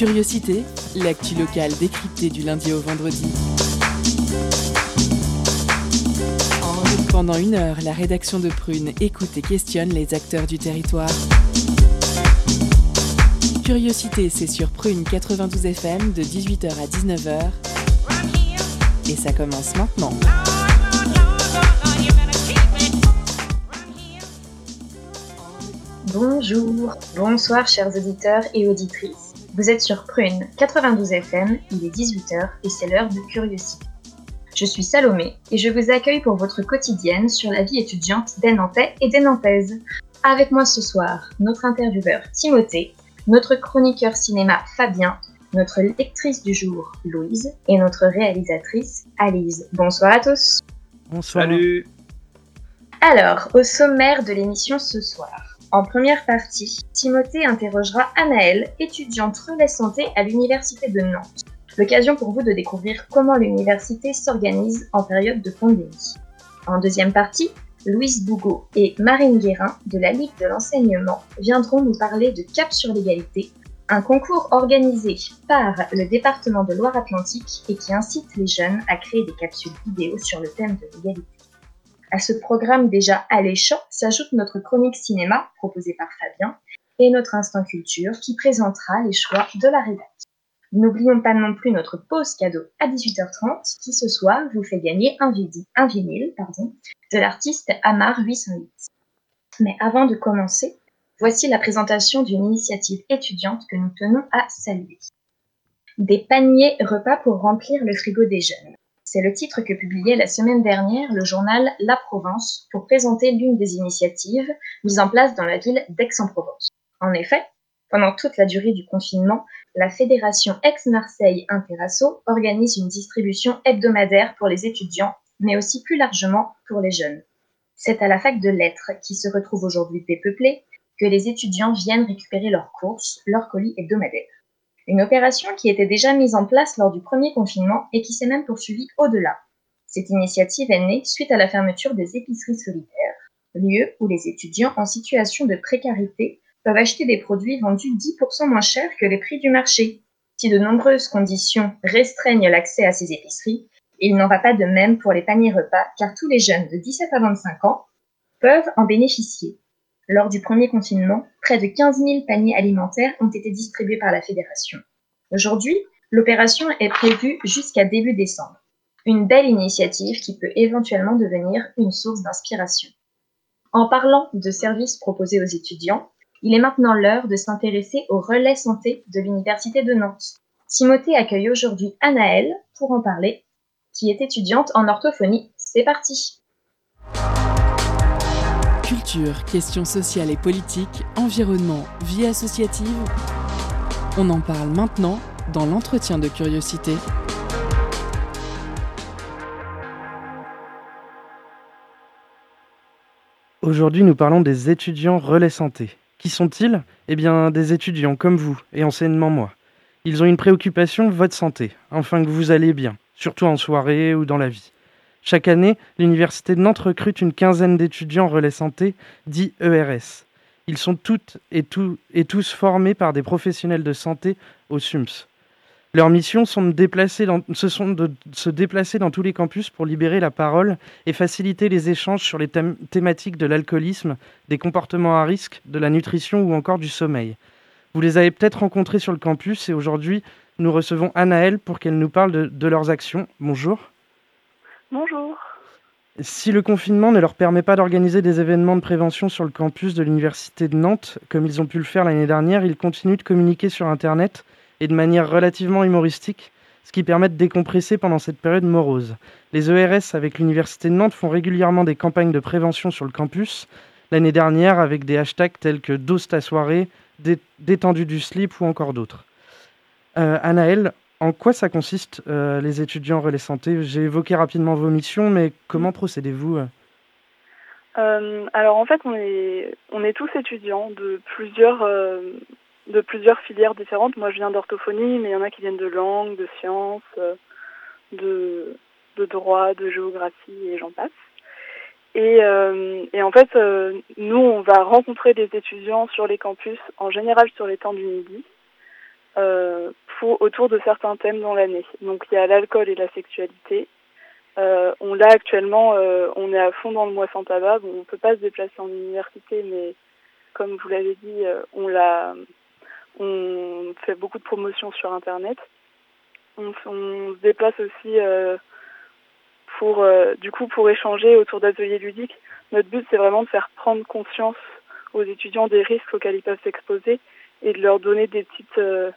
Curiosité, l'actu locale décryptée du lundi au vendredi. Pendant 1 heure, la rédaction de Prune écoute et questionne les acteurs du territoire. Curiosité, c'est sur Prune 92 FM de 18h à 19h. Et ça commence maintenant. Bonjour, bonsoir chers auditeurs et auditrices. Vous êtes sur Prune 92 FM, il est 18h et c'est l'heure de Curiosité. Je suis Salomé et je vous accueille pour votre quotidienne sur la vie étudiante des Nantais et des Nantaises. Avec moi ce soir, notre intervieweur Timothée, notre chroniqueur cinéma Fabien, notre lectrice du jour Louise et notre réalisatrice Alice. Bonsoir à tous. Bonsoir. Salut. Alors, au sommaire de l'émission ce soir, en première partie, Timothée interrogera Anaëlle, étudiante relais santé à l'université de Nantes. L'occasion pour vous de découvrir comment l'université s'organise en période de pandémie. En deuxième partie, Louise Bougot et Marine Guérin de la Ligue de l'enseignement viendront nous parler de Cap sur l'égalité, un concours organisé par le département de Loire-Atlantique et qui incite les jeunes à créer des capsules vidéo sur le thème de l'égalité. À ce programme déjà alléchant s'ajoute notre chronique cinéma proposée par Fabien et notre instant culture qui présentera les choix de la rédaction. N'oublions pas non plus notre pause cadeau à 18h30 qui ce soir vous fait gagner un vinyle de l'artiste Amar 808. Mais avant de commencer, voici la présentation d'une initiative étudiante que nous tenons à saluer. Des paniers repas pour remplir le frigo des jeunes. C'est le titre que publiait la semaine dernière le journal La Provence pour présenter l'une des initiatives mises en place dans la ville d'Aix-en-Provence. En effet, pendant toute la durée du confinement, la Fédération Aix-Marseille Interasso organise une distribution hebdomadaire pour les étudiants, mais aussi plus largement pour les jeunes. C'est à la fac de lettres, qui se retrouve aujourd'hui dépeuplée, que les étudiants viennent récupérer leurs courses, leurs colis hebdomadaires. Une opération qui était déjà mise en place lors du premier confinement et qui s'est même poursuivie au-delà. Cette initiative est née suite à la fermeture des épiceries solidaires, lieu où les étudiants en situation de précarité peuvent acheter des produits vendus 10% moins cher que les prix du marché. Si de nombreuses conditions restreignent l'accès à ces épiceries, il n'en va pas de même pour les paniers repas, car tous les jeunes de 17 à 25 ans peuvent en bénéficier. Lors du premier confinement, près de 15 000 paniers alimentaires ont été distribués par la fédération. Aujourd'hui, l'opération est prévue jusqu'à début décembre. Une belle initiative qui peut éventuellement devenir une source d'inspiration. En parlant de services proposés aux étudiants, il est maintenant l'heure de s'intéresser au relais santé de l'université de Nantes. Timothée accueille aujourd'hui Anaëlle pour en parler, qui est étudiante en orthophonie. C'est parti! Culture, questions sociales et politiques, environnement, vie associative. On en parle maintenant dans l'entretien de Curiosité. Aujourd'hui, nous parlons des étudiants relais santé. Qui sont-ils ? Eh bien, des étudiants comme vous, et anciennement moi. Ils ont une préoccupation, votre santé, afin que vous alliez bien, surtout en soirée ou dans la vie. Chaque année, l'Université de Nantes recrute une quinzaine d'étudiants relais santé, dits ERS. Ils sont toutes et tous formés par des professionnels de santé au SUMS. Leur mission sont de se déplacer dans tous les campus pour libérer la parole et faciliter les échanges sur les thématiques de l'alcoolisme, des comportements à risque, de la nutrition ou encore du sommeil. Vous les avez peut-être rencontrés sur le campus et aujourd'hui, nous recevons Anaëlle pour qu'elle nous parle de leurs actions. Bonjour. Bonjour. Si le confinement ne leur permet pas d'organiser des événements de prévention sur le campus de l'Université de Nantes, comme ils ont pu le faire l'année dernière, ils continuent de communiquer sur Internet et de manière relativement humoristique, ce qui permet de décompresser pendant cette période morose. Les ERS avec l'Université de Nantes font régulièrement des campagnes de prévention sur le campus, l'année dernière avec des hashtags tels que Dose ta soirée, Détendu du slip ou encore d'autres. Anaëlle, en quoi ça consiste les étudiants relais santé ? J'ai évoqué rapidement vos missions, mais comment procédez-vous ? Alors en fait, on est tous étudiants de plusieurs filières différentes. Moi, je viens d'orthophonie, mais il y en a qui viennent de langue, de sciences, de droit, de géographie et j'en passe. Et en fait, nous, on va rencontrer des étudiants sur les campus, en général sur les temps du midi. autour de certains thèmes dans l'année. Donc il y a l'alcool et la sexualité. On l'a actuellement, on est à fond dans le mois sans tabac. Bon, on peut pas se déplacer en université, mais comme vous l'avez dit, on fait beaucoup de promotions sur Internet. On se déplace aussi pour échanger autour d'ateliers ludiques. Notre but, c'est vraiment de faire prendre conscience aux étudiants des risques auxquels ils peuvent s'exposer et de leur donner des petites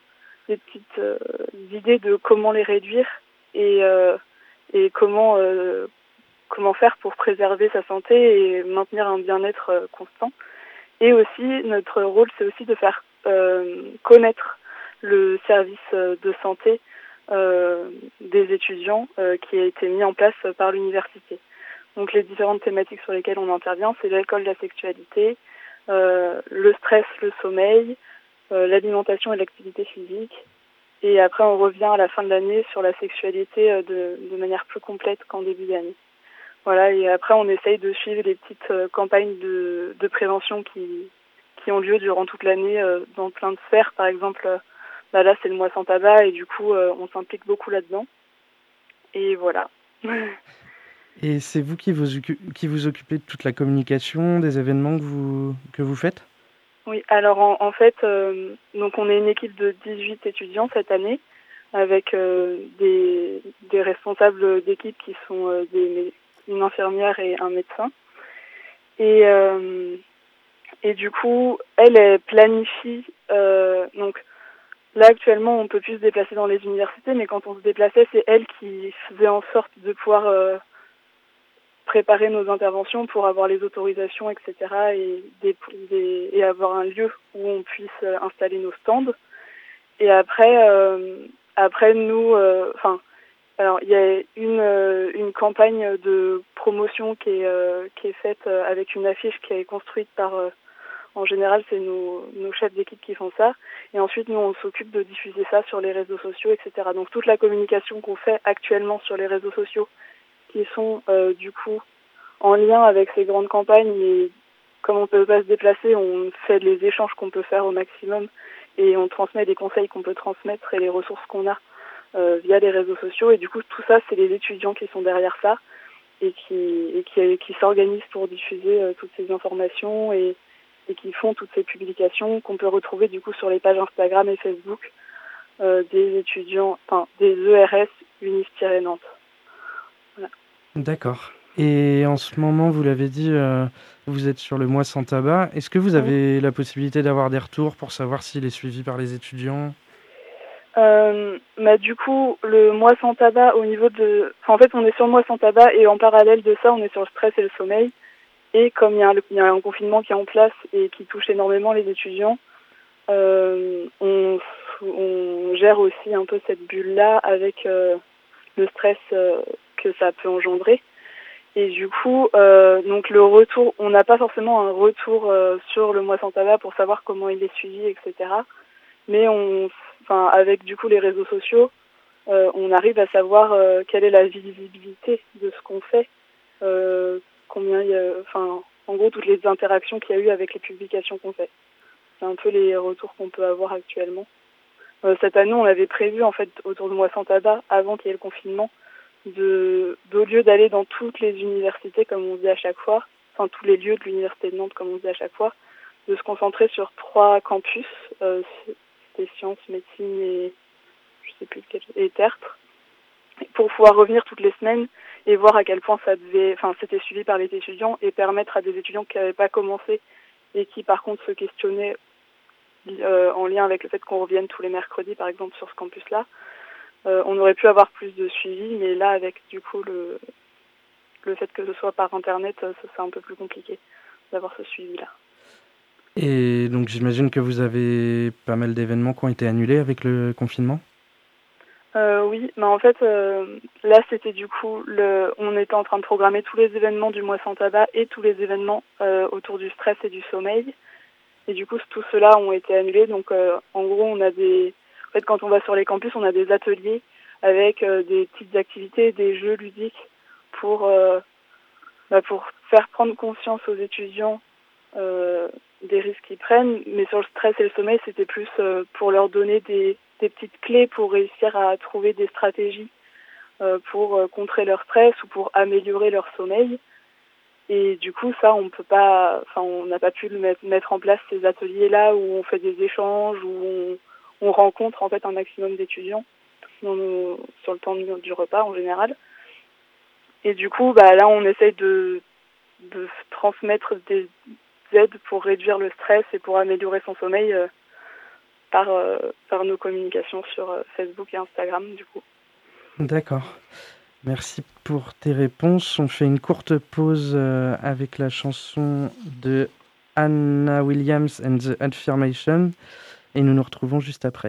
idées de comment les réduire et comment faire pour préserver sa santé et maintenir un bien-être constant. Et aussi, notre rôle, c'est aussi de faire connaître le service de santé des étudiants qui a été mis en place par l'université. Donc les différentes thématiques sur lesquelles on intervient, c'est l'alcool, la sexualité, le stress, le sommeil, l'alimentation et l'activité physique. Et après, on revient à la fin de l'année sur la sexualité de manière plus complète qu'en début d'année. Voilà, et après, on essaye de suivre les petites campagnes de prévention qui ont lieu durant toute l'année dans plein de sphères. Par exemple, là, c'est le mois sans tabac et du coup, on s'implique beaucoup là-dedans. Et voilà. Et c'est vous qui vous occupez de toute la communication, des événements que vous faites ? Oui, alors en fait, donc on est une équipe de 18 étudiants cette année, avec des responsables d'équipe qui sont une infirmière et un médecin. Et du coup, elle planifie. Donc là, actuellement, on peut plus se déplacer dans les universités, mais quand on se déplaçait, c'est elle qui faisait en sorte de pouvoir préparer nos interventions pour avoir les autorisations, etc. et avoir un lieu où on puisse installer nos stands. Et après nous, alors il y a une campagne de promotion qui est faite avec une affiche qui est construite par en général c'est nos chefs d'équipe qui font ça, et ensuite nous on s'occupe de diffuser ça sur les réseaux sociaux, etc. Donc toute la communication qu'on fait actuellement sur les réseaux sociaux qui sont du coup en lien avec ces grandes campagnes, et comme on ne peut pas se déplacer, on fait les échanges qu'on peut faire au maximum et on transmet des conseils qu'on peut transmettre et les ressources qu'on a via les réseaux sociaux. Et du coup, tout ça, c'est les étudiants qui sont derrière ça et qui s'organisent pour diffuser toutes ces informations et qui font toutes ces publications qu'on peut retrouver du coup sur les pages Instagram et Facebook des étudiants, des ERS Unis-Nantes. Voilà. D'accord. Et en ce moment, vous l'avez dit, vous êtes sur le mois sans tabac. Est-ce que vous avez la possibilité d'avoir des retours pour savoir s'il est suivi par les étudiants ? Du coup, le mois sans tabac au niveau en fait, on est sur le mois sans tabac et en parallèle de ça, on est sur le stress et le sommeil. Et comme il y a un confinement qui est en place et qui touche énormément les étudiants, on gère aussi un peu cette bulle-là avec le stress que ça peut engendrer. Et du coup, donc le retour, on n'a pas forcément un retour sur le mois sans tabac pour savoir comment il est suivi, etc. Mais avec du coup les réseaux sociaux, on arrive à savoir quelle est la visibilité de ce qu'on fait, combien il y a, en gros toutes les interactions qu'il y a eu avec les publications qu'on fait. C'est un peu les retours qu'on peut avoir actuellement. Cette année, on avait prévu en fait autour du mois sans tabac, avant qu'il y ait le confinement, au lieu d'aller dans toutes les universités comme on dit à chaque fois, tous les lieux de l'université de Nantes comme on dit à chaque fois, de se concentrer sur 3 campus, c'était sciences, médecine et je sais plus lequel, et tertre, pour pouvoir revenir toutes les semaines et voir à quel point c'était suivi par les étudiants et permettre à des étudiants qui n'avaient pas commencé et qui par contre se questionnaient en lien avec le fait qu'on revienne tous les mercredis par exemple sur ce campus-là. On aurait pu avoir plus de suivi, mais là, avec du coup le fait que ce soit par Internet, c'est un peu plus compliqué d'avoir ce suivi-là. Et donc j'imagine que vous avez pas mal d'événements qui ont été annulés avec le confinement ? Oui, mais en fait, là, c'était du coup, on était en train de programmer tous les événements du mois sans tabac et tous les événements autour du stress et du sommeil. Et du coup, tout cela ont été annulés. Donc, en gros, on a en fait, quand on va sur les campus, on a des ateliers avec des petites activités, des jeux ludiques pour faire prendre conscience aux étudiants des risques qu'ils prennent. Mais sur le stress et le sommeil, c'était plus pour leur donner des petites clés pour réussir à trouver des stratégies pour contrer leur stress ou pour améliorer leur sommeil. Et du coup, ça, on n'a pas pu mettre en place ces ateliers-là où on fait des échanges, où on rencontre en fait un maximum d'étudiants sur le temps du repas en général. Et du coup, là, on essaye de transmettre des aides pour réduire le stress et pour améliorer son sommeil par nos communications sur Facebook et Instagram, du coup. D'accord. Merci pour tes réponses. On fait une courte pause avec la chanson de Anna Williams and the Affirmation et nous nous retrouvons juste après.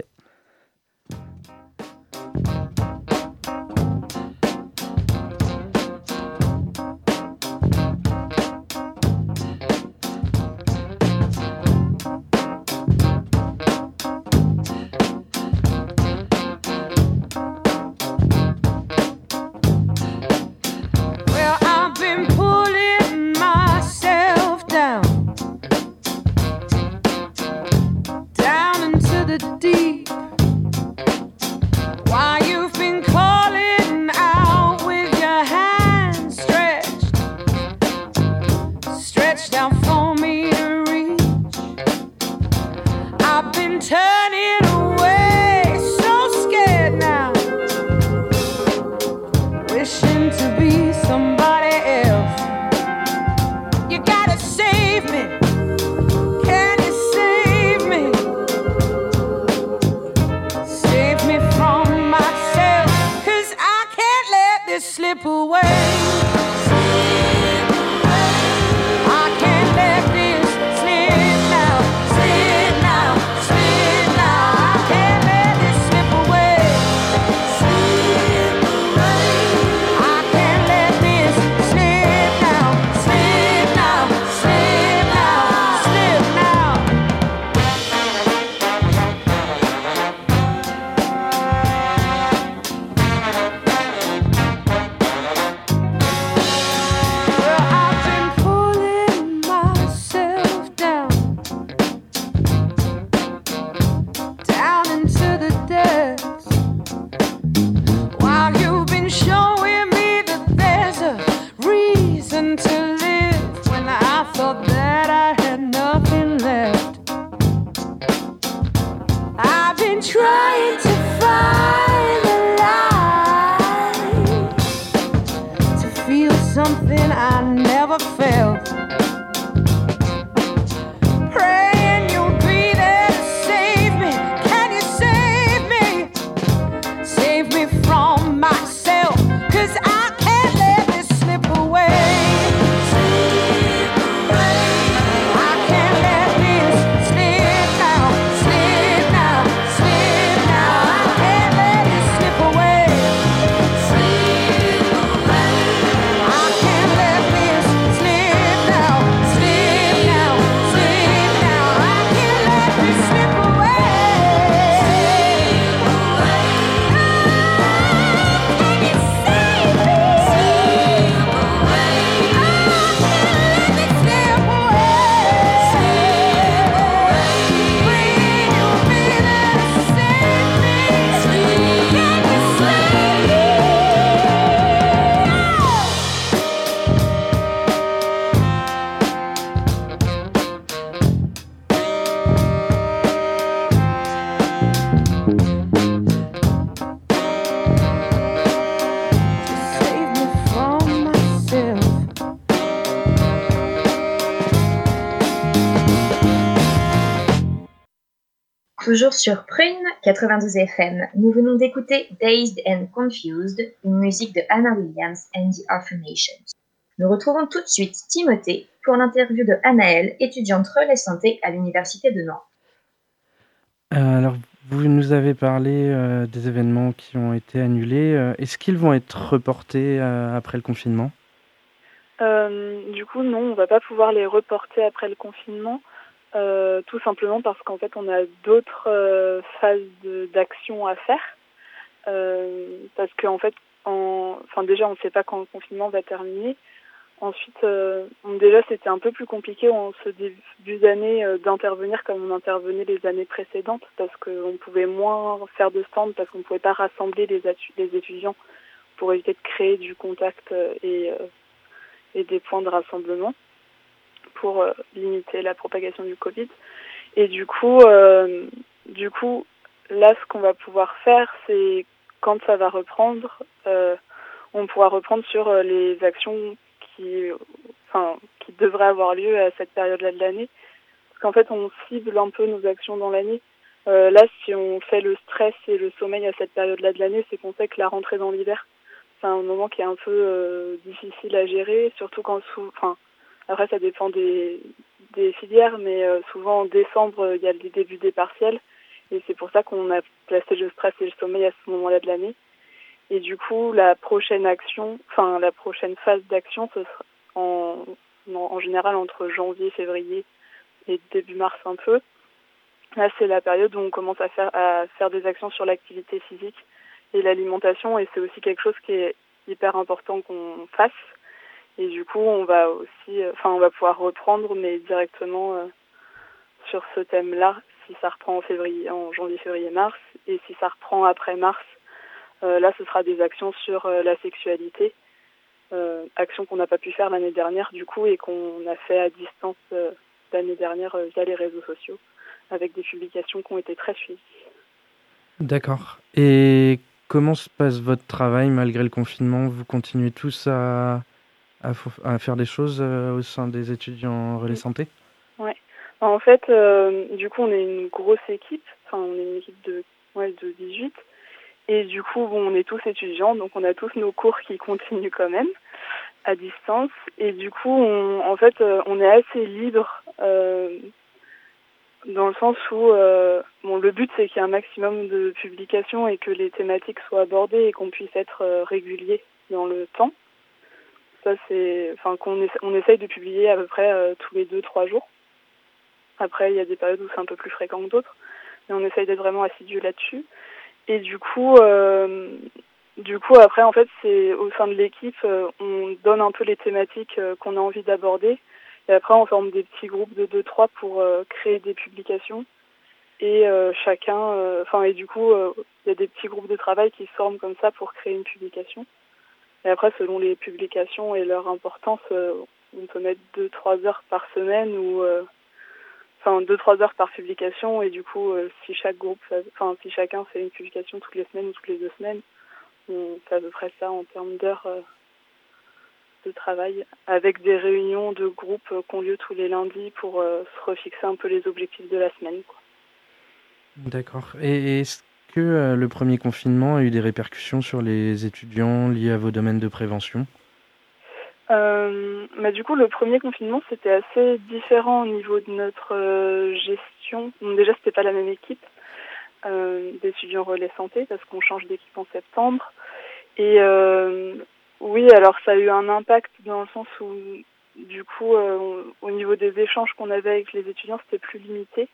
Toujours sur Prune 92 FM, nous venons d'écouter Dazed and Confused, une musique de Anna Williams and the Affirmations. Nous retrouvons tout de suite Timothée pour l'interview de Anaëlle, étudiante relais santé à l'Université de Nantes. Alors, vous nous avez parlé des événements qui ont été annulés. Est-ce qu'ils vont être reportés après le confinement ? Du coup, non, on va pas pouvoir les reporter après le confinement. Tout simplement parce qu'en fait on a d'autres phases d'action à faire parce qu'en fait déjà on ne sait pas quand le confinement va terminer, Ensuite, déjà c'était un peu plus compliqué en ce début d'année d'intervenir comme on intervenait les années précédentes parce qu'on pouvait moins faire de stands parce qu'on ne pouvait pas rassembler les étudiants pour éviter de créer du contact et des points de rassemblement pour limiter la propagation du Covid. Et du coup, là, ce qu'on va pouvoir faire, c'est quand ça va reprendre, on pourra reprendre sur les actions qui devraient avoir lieu à cette période-là de l'année. Parce qu'en fait, on cible un peu nos actions dans l'année. Là, si on fait le stress et le sommeil à cette période-là de l'année, c'est qu'on sait que la rentrée dans l'hiver, c'est un moment qui est un peu difficile à gérer, surtout quand après ça dépend des filières, mais souvent en décembre, il y a le début des partiels, et c'est pour ça qu'on a placé le stress et le sommeil à ce moment-là de l'année. Et du coup, la prochaine phase d'action, ce sera en général entre janvier, février et début mars un peu. Là, c'est la période où on commence à faire des actions sur l'activité physique et l'alimentation, et c'est aussi quelque chose qui est hyper important qu'on fasse. Et du coup, on va pouvoir reprendre, mais directement sur ce thème-là, si ça reprend en janvier, février, mars, et si ça reprend après mars, là, ce sera des actions sur la sexualité, actions qu'on n'a pas pu faire l'année dernière, du coup, et qu'on a fait à distance l'année dernière via les réseaux sociaux, avec des publications qui ont été très suivies. D'accord. Et comment se passe votre travail malgré le confinement? Vous continuez tous à faire des choses au sein des étudiants relais santé? Ouais. En fait, du coup, on est une grosse équipe. On est une équipe de 18. Et du coup, on est tous étudiants, donc on a tous nos cours qui continuent quand même à distance. Et du coup, on est assez libre dans le sens où le but c'est qu'il y ait un maximum de publications et que les thématiques soient abordées et qu'on puisse être régulier dans le temps. Ça on essaye de publier à peu près tous les 2-3 jours. Après, il y a des périodes où c'est un peu plus fréquent que d'autres, mais on essaye d'être vraiment assidu là-dessus. Et du coup, après, en fait, c'est au sein de l'équipe, on donne un peu les thématiques qu'on a envie d'aborder. Et après, on forme des petits groupes de 2-3 pour créer des publications. Et du coup, il y a des petits groupes de travail qui se forment comme ça pour créer une publication. Et après, selon les publications et leur importance, on peut mettre 2-3 heures par semaine ou 2-3 heures par publication. Et du coup, si chacun fait une publication toutes les semaines ou toutes les 2 semaines, on fait à peu près ça en termes d'heures de travail, avec des réunions de groupe qui ont lieu tous les lundis pour se refixer un peu les objectifs de la semaine, quoi. D'accord. Et est-ce que le premier confinement a eu des répercussions sur les étudiants liées à vos domaines de prévention? Du coup, le premier confinement, c'était assez différent au niveau de notre gestion. Donc, déjà, c'était pas la même équipe d'étudiants relais santé parce qu'on change d'équipe en septembre. Et oui, alors ça a eu un impact dans le sens où, du coup, au niveau des échanges qu'on avait avec les étudiants, c'était plus limité.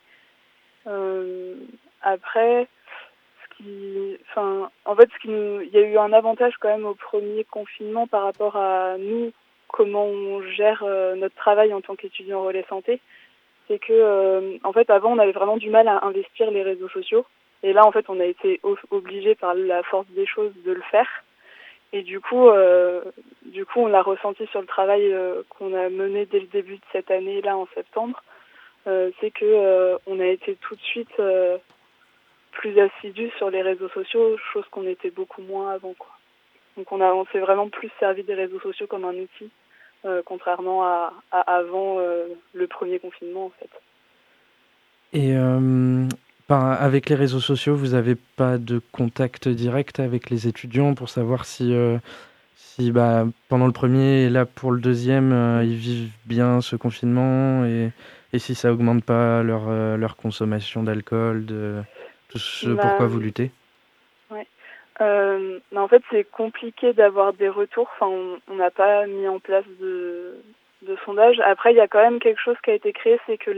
Après, il y a eu un avantage quand même au premier confinement par rapport à nous, comment on gère notre travail en tant qu'étudiant relais santé. C'est que, avant, on avait vraiment du mal à investir les réseaux sociaux. Et là, en fait, on a été obligé par la force des choses de le faire. Et du coup, on l'a ressenti sur le travail qu'on a mené dès le début de cette année, là, en septembre. C'est que on a été tout de suite plus assidus sur les réseaux sociaux, chose qu'on était beaucoup moins avant, quoi. Donc on s'est vraiment plus servi des réseaux sociaux comme un outil, contrairement à avant le premier confinement, en fait. Et avec les réseaux sociaux, vous n'avez pas de contact direct avec les étudiants pour savoir si pendant le premier et là pour le deuxième, ils vivent bien ce confinement et si ça augmente pas leur consommation d'alcool, de tout ce pourquoi vous luttez? Ouais. En fait, c'est compliqué d'avoir des retours. On n'a pas mis en place de sondage. Après, il y a quand même quelque chose qui a été créé, c'est que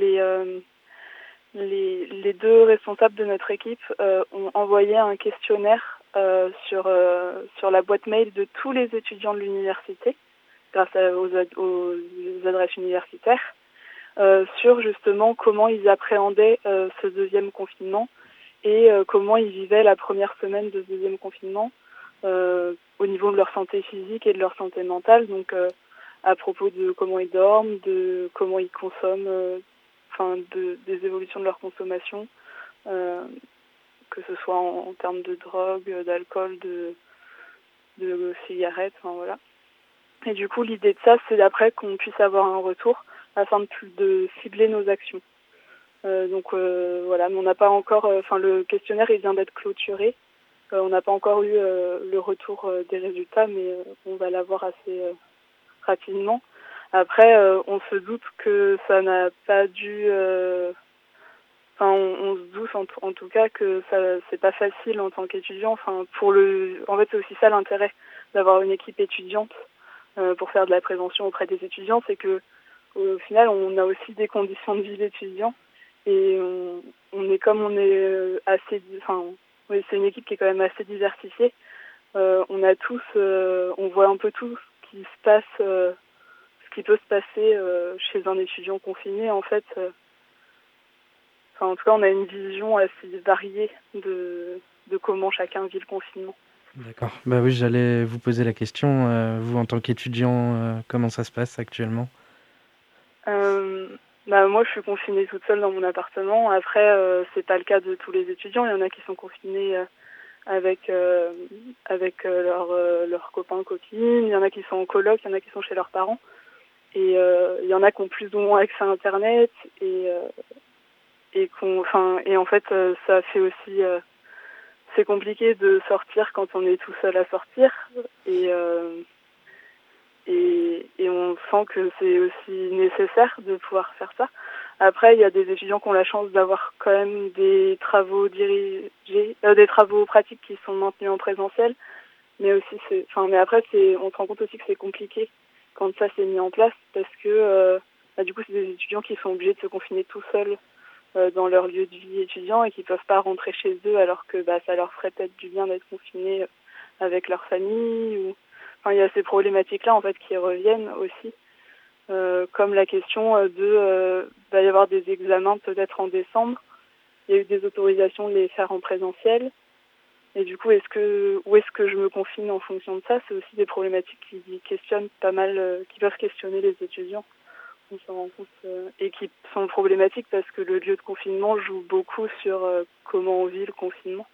les deux responsables de notre équipe ont envoyé un questionnaire sur la boîte mail de tous les étudiants de l'université, grâce aux adresses universitaires, sur justement comment ils appréhendaient ce deuxième confinement et comment ils vivaient la première semaine de ce deuxième confinement au niveau de leur santé physique et de leur santé mentale, donc à propos de comment ils dorment, de comment ils consomment, des évolutions de leur consommation, que ce soit en termes de drogue, d'alcool, de cigarettes, voilà. Et du coup, l'idée de ça, c'est d'après qu'on puisse avoir un retour afin de cibler nos actions. Voilà, mais on n'a pas encore, le questionnaire il vient d'être clôturé. On n'a pas encore eu le retour des résultats, mais on va l'avoir assez rapidement. Après, on se doute que ça n'a pas dû. On se doute en tout cas que ça c'est pas facile en tant qu'étudiant. En fait, c'est aussi ça l'intérêt d'avoir une équipe étudiante pour faire de la prévention auprès des étudiants, c'est que au final, on a aussi des conditions de vie d'étudiants et on est assez. Oui, c'est une équipe qui est quand même assez diversifiée. On a tous, on voit un peu tout ce qui se passe, ce qui peut se passer chez un étudiant confiné. En fait, en tout cas, on a une vision assez variée de comment chacun vit le confinement. D'accord. Bah oui, j'allais vous poser la question. Vous, en tant qu'étudiant, comment ça se passe actuellement? Moi, je suis confinée toute seule dans mon appartement. Après, c'est pas le cas de tous les étudiants. Il y en a qui sont confinés avec leurs copains, copines. Il y en a qui sont en coloc, il y en a qui sont chez leurs parents. Et il y en a qui ont plus ou moins accès à Internet. Et en fait, ça fait aussi... c'est compliqué de sortir quand on est tout seul à sortir. Et on sent que c'est aussi nécessaire de pouvoir faire ça. Après, il y a des étudiants qui ont la chance d'avoir quand même des travaux dirigés, des travaux pratiques qui sont maintenus en présentiel. Mais aussi, mais après, on se rend compte aussi que c'est compliqué quand ça s'est mis en place parce que du coup, c'est des étudiants qui sont obligés de se confiner tout seuls dans leur lieu de vie étudiant et qui peuvent pas rentrer chez eux alors que ça leur ferait peut-être du bien d'être confinés avec leur famille. Il y a ces problématiques-là en fait qui reviennent aussi. Comme la question va y avoir des examens peut-être en décembre. Il y a eu des autorisations de les faire en présentiel. Et du coup, où est-ce que je me confine en fonction de ça? C'est aussi des problématiques qui questionnent pas mal, qui peuvent questionner les étudiants. On s'en rend compte, et qui sont problématiques parce que le lieu de confinement joue beaucoup sur comment on vit le confinement.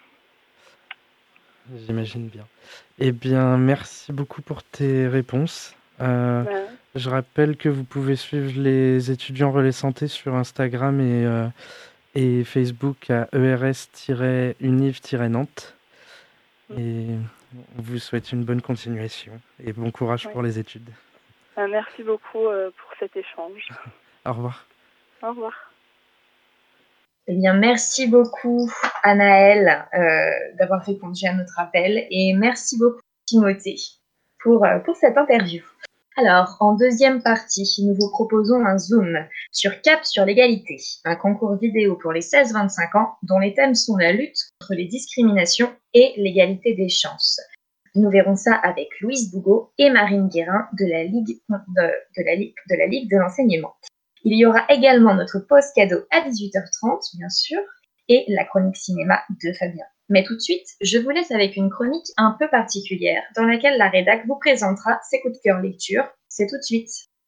J'imagine bien. Eh bien, merci beaucoup pour tes réponses. Je rappelle que vous pouvez suivre les étudiants Relais Santé sur Instagram et Facebook à ERS-Univ-Nantes. Et on vous souhaite une bonne continuation et bon courage pour les études. Merci beaucoup pour cet échange. Au revoir. Au revoir. Eh bien, merci beaucoup, Anaëlle, d'avoir répondu à notre appel. Et merci beaucoup, Timothée, pour cette interview. Alors, en deuxième partie, nous vous proposons un zoom sur Cap sur l'égalité, un concours vidéo pour les 16-25 ans dont les thèmes sont la lutte contre les discriminations et l'égalité des chances. Nous verrons ça avec Louise Bougot et Marine Guérin de la Ligue de l'enseignement. Il y aura également notre pause cadeau à 18h30, bien sûr, et la chronique cinéma de Fabien. Mais tout de suite, je vous laisse avec une chronique un peu particulière dans laquelle la rédac vous présentera ses coups de cœur lecture. C'est tout de suite.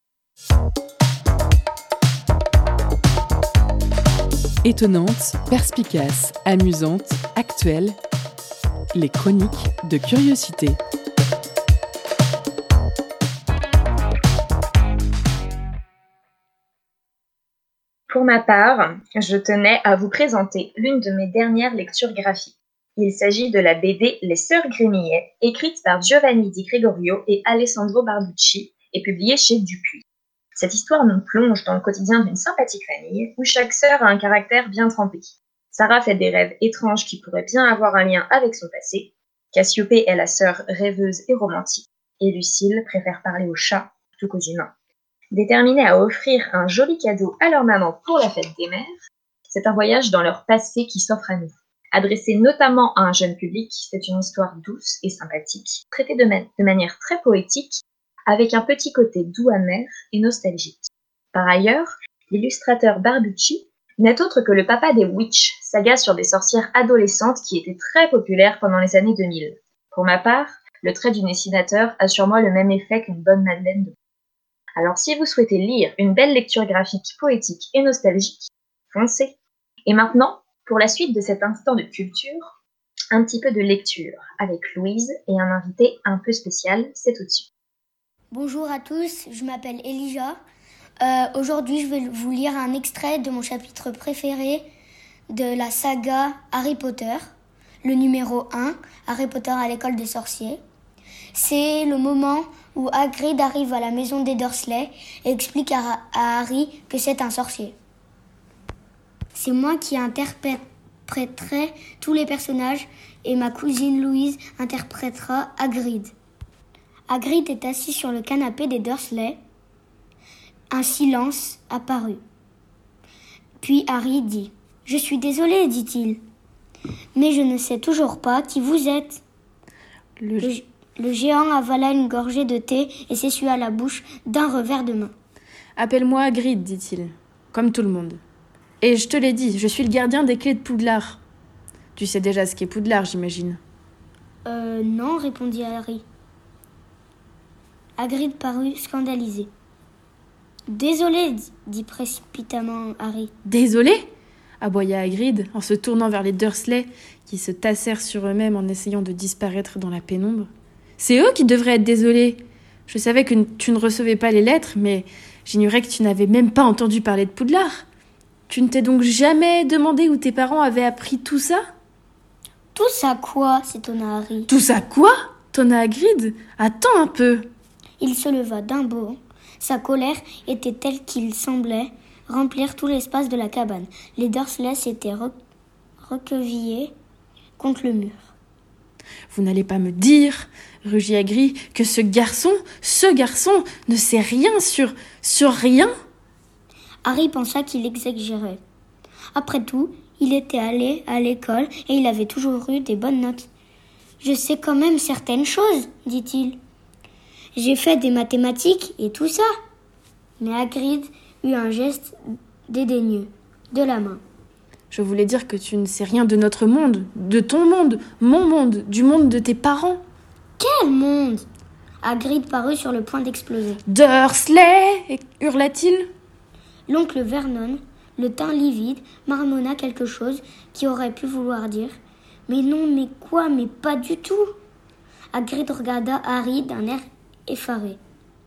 Étonnante, perspicace, amusante, actuelle, les chroniques de curiosité. Pour ma part, je tenais à vous présenter l'une de mes dernières lectures graphiques. Il s'agit de la BD Les Sœurs Grémillet, écrite par Giovanni Di Gregorio et Alessandro Barbucci et publiée chez Dupuis. Cette histoire nous plonge dans le quotidien d'une sympathique famille où chaque sœur a un caractère bien trempé. Sarah fait des rêves étranges qui pourraient bien avoir un lien avec son passé. Cassiopée est la sœur rêveuse et romantique. Et Lucille préfère parler aux chats plutôt qu'aux humains. Déterminés à offrir un joli cadeau à leur maman pour la fête des mères, c'est un voyage dans leur passé qui s'offre à nous. Adressé notamment à un jeune public, c'est une histoire douce et sympathique, traitée de manière très poétique, avec un petit côté doux amer et nostalgique. Par ailleurs, l'illustrateur Barbucci n'est autre que le papa des Witch, saga sur des sorcières adolescentes qui était très populaire pendant les années 2000. Pour ma part, le trait du dessinateur a sur moi le même effet qu'une bonne madeleine de... Alors si vous souhaitez lire une belle lecture graphique poétique et nostalgique, foncez. Et maintenant, pour la suite de cet instant de culture, un petit peu de lecture avec Louise et un invité un peu spécial, c'est tout de suite. Bonjour à tous, je m'appelle Elijah. Aujourd'hui, je vais vous lire un extrait de mon chapitre préféré de la saga Harry Potter, le numéro 1, Harry Potter à l'école des sorciers. C'est le moment où Hagrid arrive à la maison des Dursley et explique à Harry que c'est un sorcier. C'est moi qui interpréterai tous les personnages et ma cousine Louise interprétera Hagrid. Hagrid est assis sur le canapé des Dursley. Un silence apparut. Puis Harry dit « Je suis désolé, dit-il, mais je ne sais toujours pas qui vous êtes. » Le géant avala une gorgée de thé et s'essuya la bouche d'un revers de main. « Appelle-moi Hagrid, dit-il, comme tout le monde. Et je te l'ai dit, je suis le gardien des clés de Poudlard. Tu sais déjà ce qu'est Poudlard, j'imagine. » Non, répondit Harry. Hagrid parut scandalisé. « Désolé, dit précipitamment Harry. »« Désolé ?» aboya Hagrid en se tournant vers les Dursley qui se tassèrent sur eux-mêmes en essayant de disparaître dans la pénombre. « C'est eux qui devraient être désolés. Je savais que tu ne recevais pas les lettres, mais j'ignorais que tu n'avais même pas entendu parler de Poudlard. Tu ne t'es donc jamais demandé où tes parents avaient appris tout ça ?»« Tout ça quoi ?» s'étonna Harry. « Tout ça quoi ?» tonna Hagrid. « Attends un peu !» Il se leva d'un bond. Sa colère était telle qu'il semblait remplir tout l'espace de la cabane. Les Dursley s'étaient recroquevillés contre le mur. « Vous n'allez pas me dire, rugit Hagrid, que ce garçon ne sait rien sur rien ?» Harry pensa qu'il exagérait. Après tout, il était allé à l'école et il avait toujours eu des bonnes notes. « Je sais quand même certaines choses, dit-il. J'ai fait des mathématiques et tout ça. » Mais Hagrid eut un geste dédaigneux de la main. « Je voulais dire que tu ne sais rien de notre monde, de ton monde, mon monde, du monde de tes parents. »« Quel monde ?» Hagrid parut sur le point d'exploser. « Dursley !» hurla-t-il. L'oncle Vernon, le teint livide, marmonna quelque chose qui aurait pu vouloir dire « Mais non, mais quoi, mais pas du tout !» Hagrid regarda Harry d'un air effaré.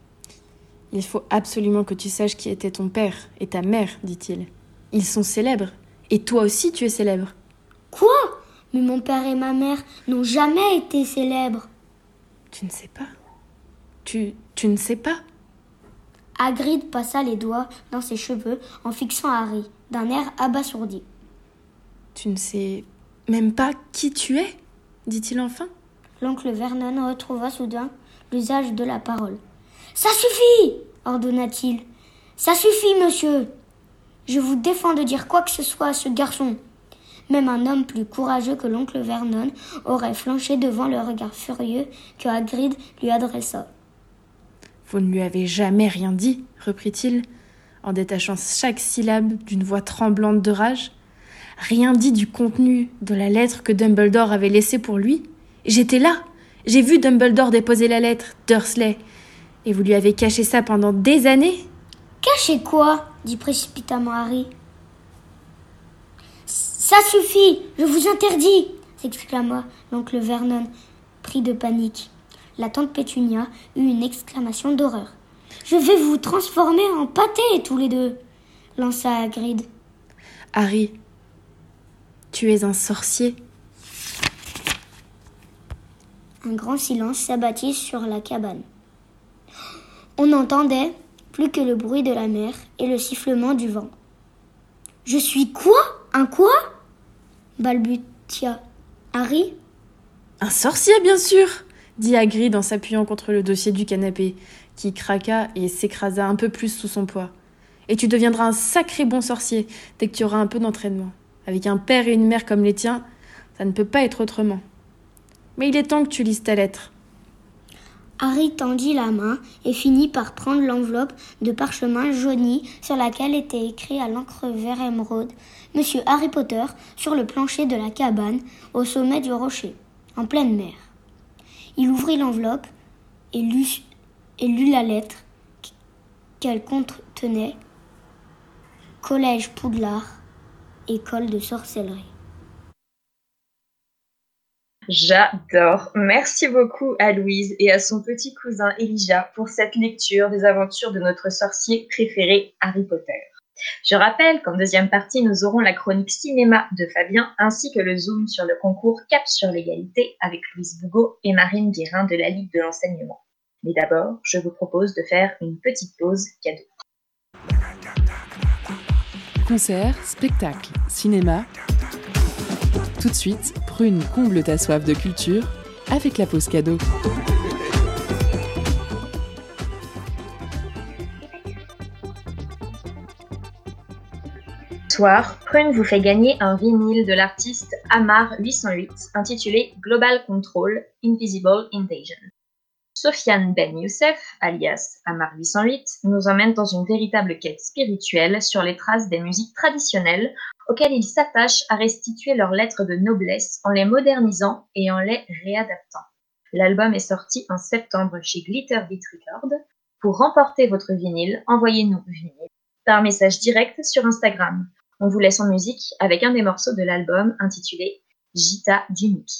« Il faut absolument que tu saches qui était ton père et ta mère, dit-il. Ils sont célèbres, et toi aussi tu es célèbre. »« Quoi ? Mais mon père et ma mère n'ont jamais été célèbres. »« Tu ne sais pas ? Tu ne sais pas ?» Hagrid passa les doigts dans ses cheveux en fixant Harry d'un air abasourdi. « Tu ne sais même pas qui tu es ? dit-il enfin. L'oncle Vernon retrouva soudain l'usage de la parole. « Ça suffit !» ordonna-t-il. « Ça suffit, monsieur ! Je vous défends de dire quoi que ce soit à ce garçon. » Même un homme plus courageux que l'oncle Vernon aurait flanché devant le regard furieux que Hagrid lui adressa. « Vous ne lui avez jamais rien dit, reprit-il, en détachant chaque syllabe d'une voix tremblante de rage. Rien dit du contenu de la lettre que Dumbledore avait laissée pour lui. J'étais là, j'ai vu Dumbledore déposer la lettre, Dursley. Et vous lui avez caché ça pendant des années ? » ?»« Caché quoi ?» dit précipitamment Harry. « Ça suffit, je vous interdis !» s'exclama l'oncle Vernon, pris de panique. La tante Pétunia eut une exclamation d'horreur. « Je vais vous transformer en pâté, tous les deux !» lança Hagrid. « Harry, tu es un sorcier !» Un grand silence s'abattit sur la cabane. On n'entendait plus que le bruit de la mer et le sifflement du vent. « Je suis quoi ? Un quoi ?» balbutia Harry. « Un sorcier, bien sûr !» dit Hagrid en s'appuyant contre le dossier du canapé, qui craqua et s'écrasa un peu plus sous son poids. « Et tu deviendras un sacré bon sorcier dès que tu auras un peu d'entraînement. Avec un père et une mère comme les tiens, ça ne peut pas être autrement. Mais il est temps que tu lises ta lettre. » Harry tendit la main et finit par prendre l'enveloppe de parchemin jauni sur laquelle était écrit à l'encre vert émeraude « Monsieur Harry Potter sur le plancher de la cabane au sommet du rocher, en pleine mer ». Il ouvrit l'enveloppe et lut la lettre qu'elle contenait « Collège Poudlard, école de sorcellerie ». J'adore. Merci beaucoup à Louise et à son petit cousin Elijah pour cette lecture des aventures de notre sorcier préféré, Harry Potter. Je rappelle qu'en deuxième partie, nous aurons la chronique cinéma de Fabien ainsi que le zoom sur le concours Cap sur l'égalité avec Louise Bougot et Marine Guérin de la Ligue de l'enseignement. Mais d'abord, je vous propose de faire une petite pause cadeau. Concerts, spectacles, cinéma. Tout de suite, Prune comble ta soif de culture avec la pause cadeau. Ce soir, Prune vous fait gagner un vinyle de l'artiste Amar 808 intitulé Global Control Invisible Invasion. Sofiane Ben Youssef, alias Amar 808, nous emmène dans une véritable quête spirituelle sur les traces des musiques traditionnelles auxquelles il s'attache à restituer leurs lettres de noblesse en les modernisant et en les réadaptant. L'album est sorti en septembre chez Glitter Beat Records. Pour remporter votre vinyle, envoyez-nous vinyle par message direct sur Instagram. On vous laisse en musique avec un des morceaux de l'album intitulé Gita du Mickey.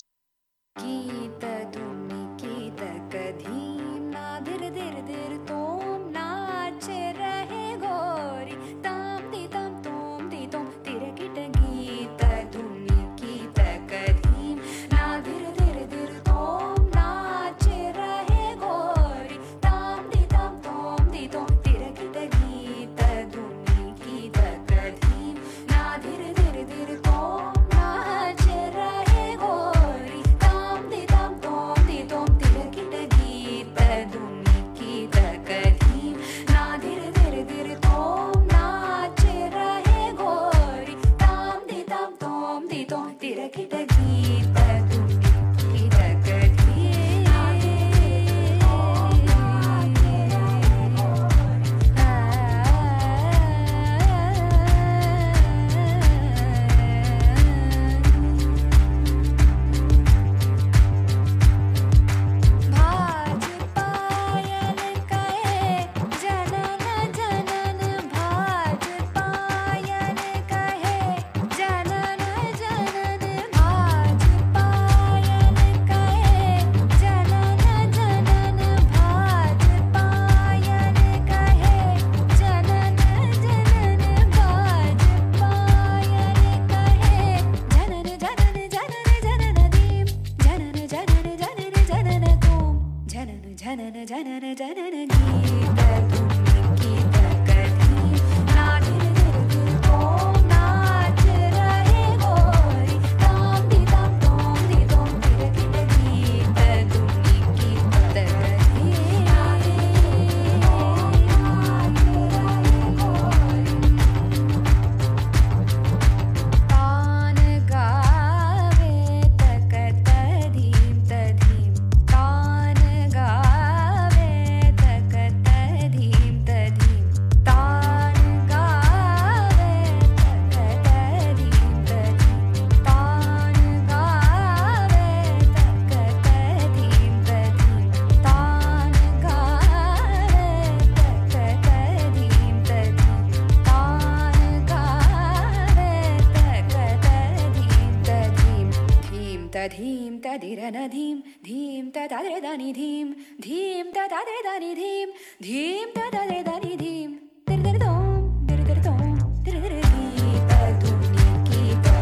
धीम धीम तदादरे दानी धीम धीम तदादरे दानी धीम धीम तदादरे दानी धीम दर दर दोम दर दर दोम दर दर धी तदुम की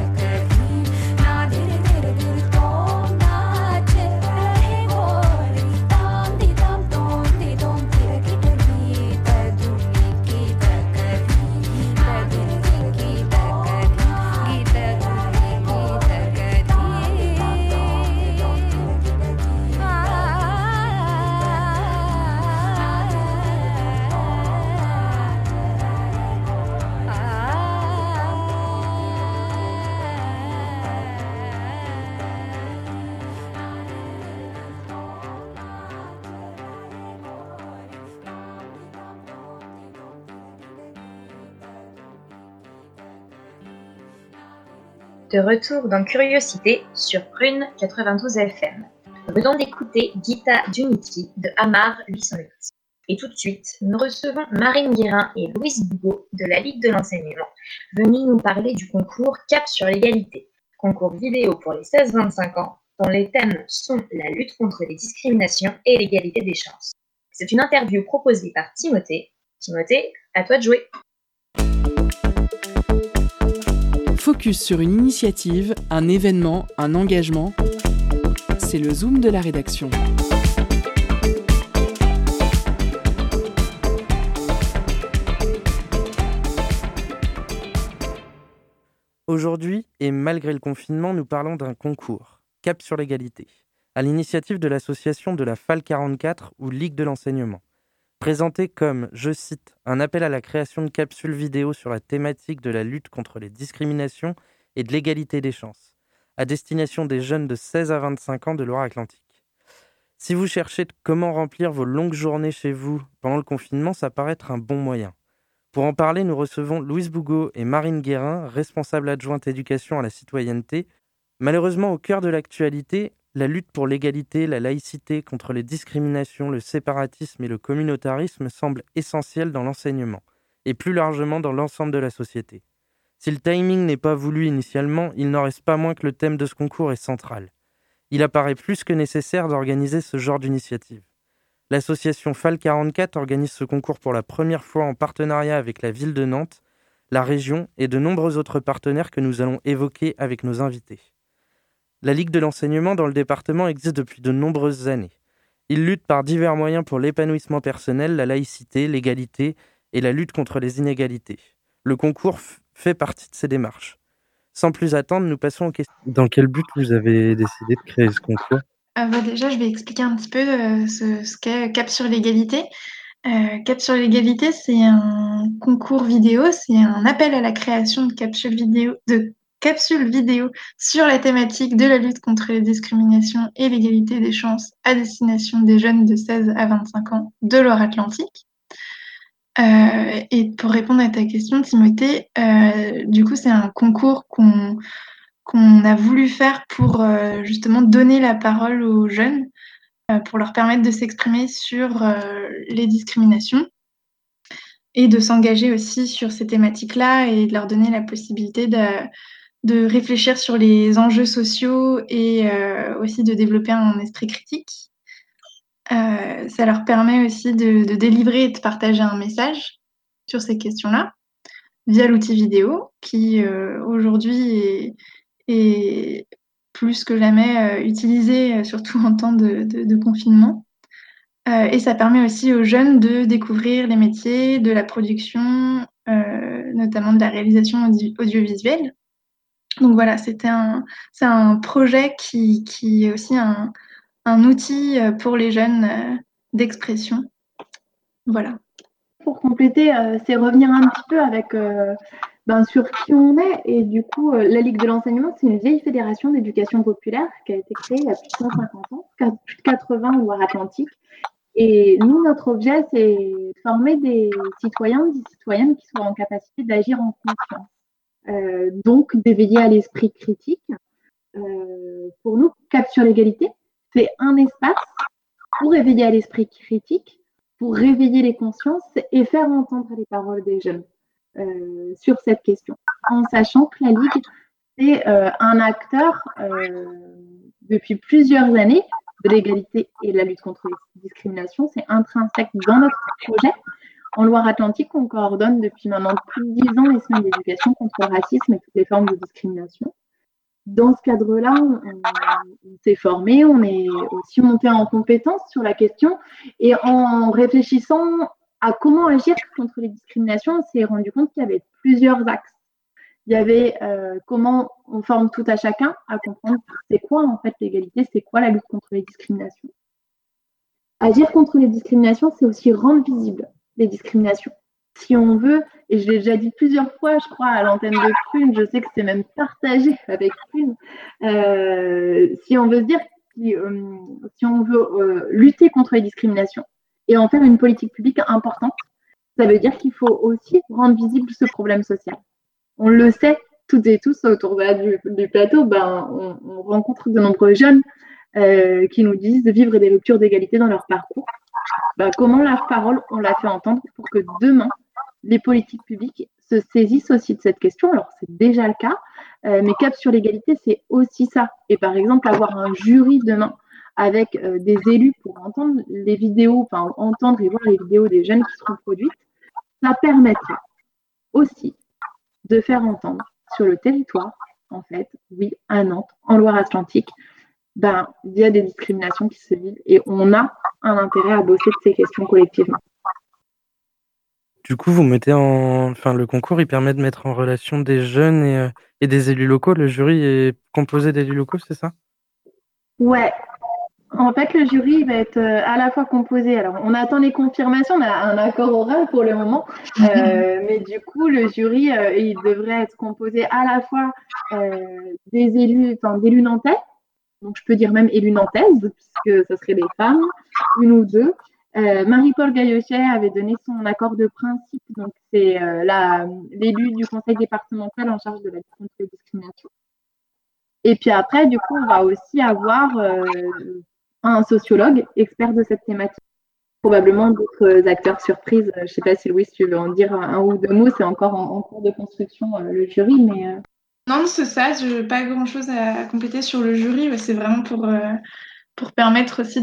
तकधीम ना दर दर दर दोम नाच रहे गोरी ताम दी ताम तोम दी तोम तिर की तगी तदुम की तकधीम तदर की तकधीम की तकधीम De retour dans Curiosité sur Prune 92 FM. Nous venons d'écouter Gita Duniki de Amar 808. Et tout de suite, nous recevons Marine Guérin et Louise Bougot de la Ligue de l'enseignement, venus nous parler du concours Cap sur l'égalité, concours vidéo pour les 16-25 ans, dont les thèmes sont la lutte contre les discriminations et l'égalité des chances. C'est une interview proposée par Timothée. Timothée, à toi de jouer. Focus sur une initiative, un événement, un engagement. C'est le Zoom de la rédaction. Aujourd'hui, et malgré le confinement, nous parlons d'un concours, Cap sur l'égalité, à l'initiative de l'association de la FAL 44 ou Ligue de l'enseignement. Présenté comme, je cite, un appel à la création de capsules vidéo sur la thématique de la lutte contre les discriminations et de l'égalité des chances, à destination des jeunes de 16 à 25 ans de Loire-Atlantique. Si vous cherchez comment remplir vos longues journées chez vous pendant le confinement, ça paraît être un bon moyen. Pour en parler, nous recevons Louise Bougot et Marine Guérin, responsables adjointes éducation à la citoyenneté. Malheureusement, au cœur de l'actualité, la lutte pour l'égalité, la laïcité contre les discriminations, le séparatisme et le communautarisme semblent essentiels dans l'enseignement, et plus largement dans l'ensemble de la société. Si le timing n'est pas voulu initialement, il n'en reste pas moins que le thème de ce concours est central. Il apparaît plus que nécessaire d'organiser ce genre d'initiative. L'association FAL 44 organise ce concours pour la première fois en partenariat avec la ville de Nantes, la région et de nombreux autres partenaires que nous allons évoquer avec nos invités. La Ligue de l'enseignement dans le département existe depuis de nombreuses années. Il lutte par divers moyens pour l'épanouissement personnel, la laïcité, l'égalité et la lutte contre les inégalités. Le concours fait partie de ces démarches. Sans plus attendre, nous passons aux questions. Dans quel but vous avez décidé de créer ce concours ? Déjà, je vais expliquer un petit peu ce qu'est Cap sur l'égalité. Cap sur l'égalité, c'est un concours vidéo, c'est un appel à la création de capsules vidéo sur la thématique de la lutte contre les discriminations et l'égalité des chances à destination des jeunes de 16 à 25 ans de Loire-Atlantique. Et pour répondre à ta question, Timothée, du coup, c'est un concours qu'on a voulu faire pour justement donner la parole aux jeunes, pour leur permettre de s'exprimer sur les discriminations et de s'engager aussi sur ces thématiques-là et de leur donner la possibilité de réfléchir sur les enjeux sociaux et aussi de développer un esprit critique. Ça leur permet aussi de délivrer et de partager un message sur ces questions-là via l'outil vidéo qui aujourd'hui est plus que jamais utilisé, surtout en temps de confinement. Et ça permet aussi aux jeunes de découvrir les métiers de la production, notamment de la réalisation audiovisuelle. Donc voilà, c'est un projet qui est aussi un outil pour les jeunes d'expression. Voilà. Pour compléter, c'est revenir un petit peu avec sur qui on est. Et du coup, la Ligue de l'enseignement, c'est une vieille fédération d'éducation populaire qui a été créée il y a plus de 150 ans, plus de 80 en Loire-Atlantique. Et nous, notre objet, c'est de former des citoyens, des citoyennes qui soient en capacité d'agir en conscience. Donc, d'éveiller à l'esprit critique. Pour nous, Cap sur l'égalité, c'est un espace pour éveiller à l'esprit critique, pour réveiller les consciences et faire entendre les paroles des jeunes sur cette question. En sachant que la Ligue, c'est un acteur depuis plusieurs années de l'égalité et de la lutte contre les discriminations. C'est intrinsèque dans notre projet. En Loire-Atlantique, on coordonne depuis maintenant plus de 10 ans les semaines d'éducation contre le racisme et toutes les formes de discrimination. Dans ce cadre-là, on s'est formé, on est aussi monté en compétence sur la question et en réfléchissant à comment agir contre les discriminations, on s'est rendu compte qu'il y avait plusieurs axes. Il y avait comment on forme tout à chacun à comprendre c'est quoi en fait l'égalité, c'est quoi la lutte contre les discriminations. Agir contre les discriminations, c'est aussi rendre visibles les discriminations. Si on veut, et je l'ai déjà dit plusieurs fois, je crois, à l'antenne de Prune, je sais que c'est même partagé avec Prune, si on veut se dire, si on veut lutter contre les discriminations et en faire une politique publique importante, ça veut dire qu'il faut aussi rendre visible ce problème social. On le sait, toutes et tous autour du plateau, on rencontre de nombreux jeunes qui nous disent de vivre des ruptures d'égalité dans leur parcours. Comment leur parole, on la fait entendre pour que demain, les politiques publiques se saisissent aussi de cette question. Alors, c'est déjà le cas, mais Cap sur l'égalité, c'est aussi ça. Et par exemple, avoir un jury demain avec des élus pour entendre les vidéos, entendre et voir les vidéos des jeunes qui seront produites, ça permettra aussi de faire entendre sur le territoire, en fait, oui, à Nantes, en Loire-Atlantique, il y a des discriminations qui se vivent et on a un intérêt à bosser de ces questions collectivement. Du coup, le concours, il permet de mettre en relation des jeunes et des élus locaux. Le jury est composé d'élus locaux, c'est ça? Ouais. En fait, le jury va être à la fois composé. Alors, on attend les confirmations, on a un accord oral pour le moment, mais du coup, le jury, il devrait être composé à la fois d'élus nantais, donc je peux dire même élus nantaises, puisque ce serait des femmes, une ou deux. Marie-Paul Gaillochet avait donné son accord de principe, donc c'est l'élu du conseil départemental en charge de la lutte contre les discriminations. Et puis après, du coup, on va aussi avoir un sociologue expert de cette thématique, probablement d'autres acteurs surprises. Je ne sais pas si Louise, tu veux en dire un ou deux mots, c'est encore en cours de construction le jury, mais... Non, c'est ça, je n'ai pas grand-chose à compléter sur le jury, c'est vraiment pour permettre aussi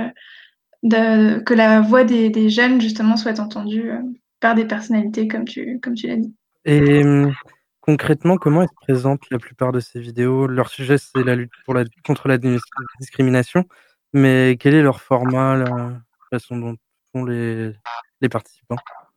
que la voix des jeunes, justement, soit entendue par des personnalités, comme tu l'as dit. Et concrètement, comment elles se présentent la plupart de ces vidéos? Leur sujet, c'est la lutte contre la discrimination, mais quel est leur format, la façon dont font les participants?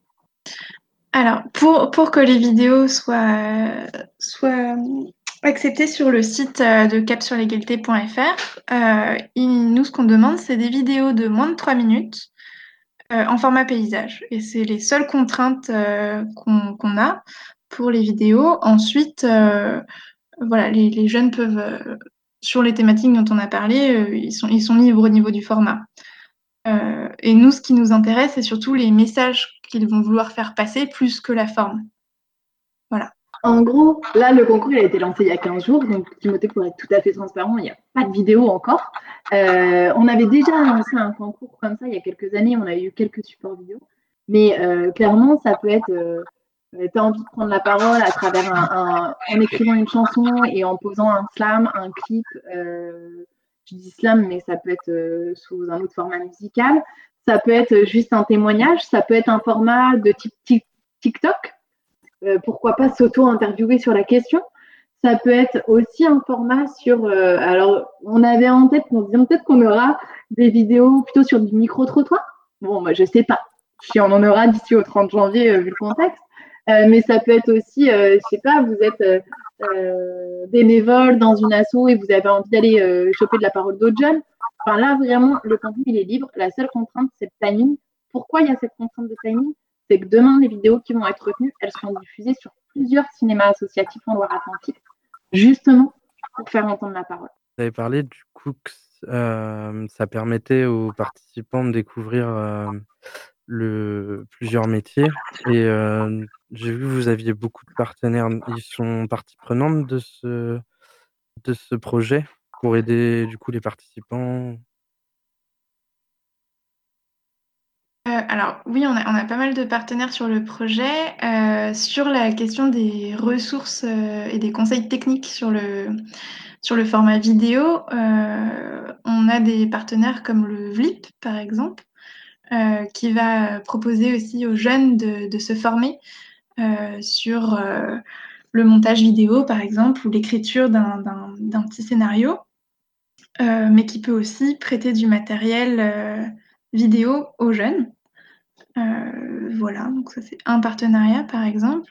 Alors, pour que les vidéos soient acceptées sur le site de capsurlegalité.fr, nous, ce qu'on demande, c'est des vidéos de moins de 3 minutes en format paysage. Et c'est les seules contraintes qu'on a pour les vidéos. Ensuite, les jeunes peuvent, sur les thématiques dont on a parlé, ils sont libres au niveau du format. Et nous, ce qui nous intéresse, c'est surtout les messages qu'ils vont vouloir faire passer plus que la forme. Voilà. En gros, là, le concours il a été lancé il y a 15 jours, donc Timothée, pour être tout à fait transparent, il n'y a pas de vidéo encore. On avait déjà lancé un concours comme ça il y a quelques années, on a eu quelques supports vidéo, mais clairement, ça peut être... tu as envie de prendre la parole à travers en écrivant une chanson et en posant un slam, un clip. Je dis slam, mais ça peut être sous un autre format musical. Ça peut être juste un témoignage. Ça peut être un format de type TikTok. Pourquoi pas s'auto-interviewer sur la question. Ça peut être aussi un format sur... alors, on avait en tête, on se disait peut-être qu'on aura des vidéos plutôt sur du micro-trottoir. Bon, moi, je sais pas. Si on en aura d'ici au 30 janvier, vu le contexte. Mais ça peut être aussi, je sais pas, vous êtes bénévole dans une asso et vous avez envie d'aller choper de la parole d'autres jeunes. Enfin là, vraiment, le contenu, il est libre. La seule contrainte, c'est le timing. Pourquoi il y a cette contrainte de timing? C'est que demain, les vidéos qui vont être retenues, elles seront diffusées sur plusieurs cinémas associatifs en Loire-Atlantique, justement pour faire entendre la parole. Vous avez parlé du coup que ça permettait aux participants de découvrir plusieurs métiers. Et j'ai vu que vous aviez beaucoup de partenaires. Ils sont partie prenante de ce projet pour aider du coup les participants. Alors oui, on a pas mal de partenaires sur le projet. Sur la question des ressources et des conseils techniques sur le format vidéo, on a des partenaires comme le VLIP, par exemple, qui va proposer aussi aux jeunes de se former sur le montage vidéo, par exemple, ou l'écriture d'un petit scénario, mais qui peut aussi prêter du matériel vidéo aux jeunes. Voilà, donc ça c'est un partenariat par exemple.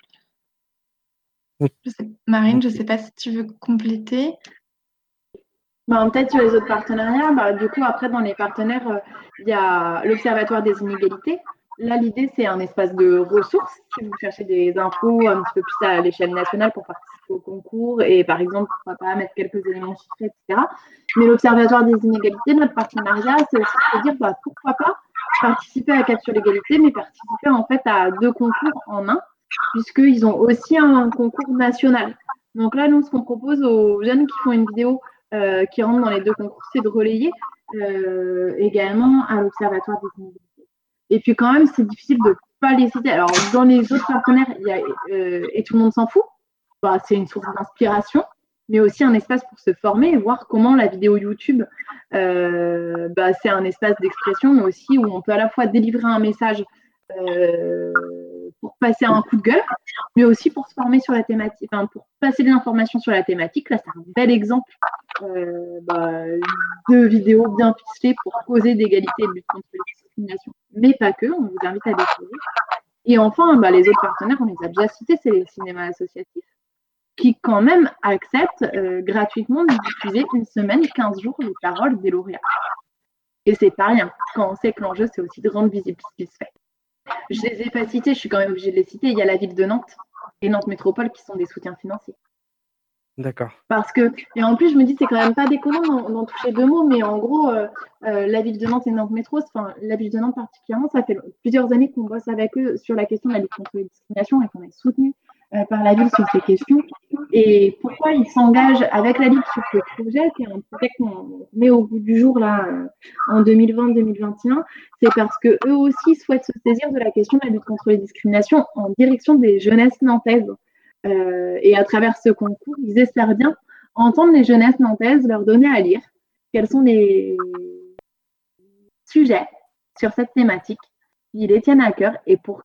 Marine, je ne sais pas si tu veux compléter. Peut-être sur les autres partenariats, du coup après dans les partenaires, il y a l'Observatoire des inégalités. Là l'idée c'est un espace de ressources si vous cherchez des infos un petit peu plus à l'échelle nationale pour participer au concours et par exemple pourquoi pas mettre quelques éléments chiffrés, etc. Mais l'Observatoire des inégalités, notre partenariat, c'est aussi de se dire pourquoi pas participer à Cap sur l'égalité, mais participer en fait à 2 concours en un, puisqu'ils ont aussi un concours national. Donc là, nous, ce qu'on propose aux jeunes qui font une vidéo qui rentrent dans les 2 concours, c'est de relayer également à l'Observatoire des inégalités. Et puis quand même, c'est difficile de ne pas les citer. Alors, dans les autres partenaires, il y a Et tout le monde s'en fout. Bah, c'est une source d'inspiration, mais aussi un espace pour se former et voir comment la vidéo YouTube, c'est un espace d'expression, mais aussi où on peut à la fois délivrer un message pour passer un coup de gueule, mais aussi pour se former sur la thématique, pour passer des informations sur la thématique. Là, c'est un bel exemple de vidéos bien ficelées pour causer d'égalité et de lutte contre les discriminations. Mais pas que, on vous invite à découvrir. Et enfin, les autres partenaires, on les a déjà cités, c'est les cinémas associatifs, qui quand même acceptent gratuitement de diffuser une semaine, 15 jours, les paroles des lauréats. Et c'est pas rien, quand on sait que l'enjeu, c'est aussi de rendre visible ce qui se fait. Je les ai pas cités, je suis quand même obligée de les citer. Il y a la ville de Nantes et Nantes Métropole qui sont des soutiens financiers. D'accord. Parce que, et en plus, je me dis, c'est quand même pas déconnant d'en toucher 2 mots, mais en gros, la ville de Nantes et Nantes Métro, la ville de Nantes particulièrement, ça fait plusieurs années qu'on bosse avec eux sur la question de la lutte contre les discriminations et qu'on est soutenu par la ville sur ces questions. Et pourquoi ils s'engagent avec la ville sur ce projet, qui est un projet qu'on met au bout du jour là en 2020-2021, c'est parce que eux aussi souhaitent se saisir de la question de la lutte contre les discriminations en direction des jeunesses nantaises. Et à travers ce concours, ils espèrent bien entendre les jeunesses nantaises leur donner à lire quels sont les sujets sur cette thématique qui les tiennent à cœur et pour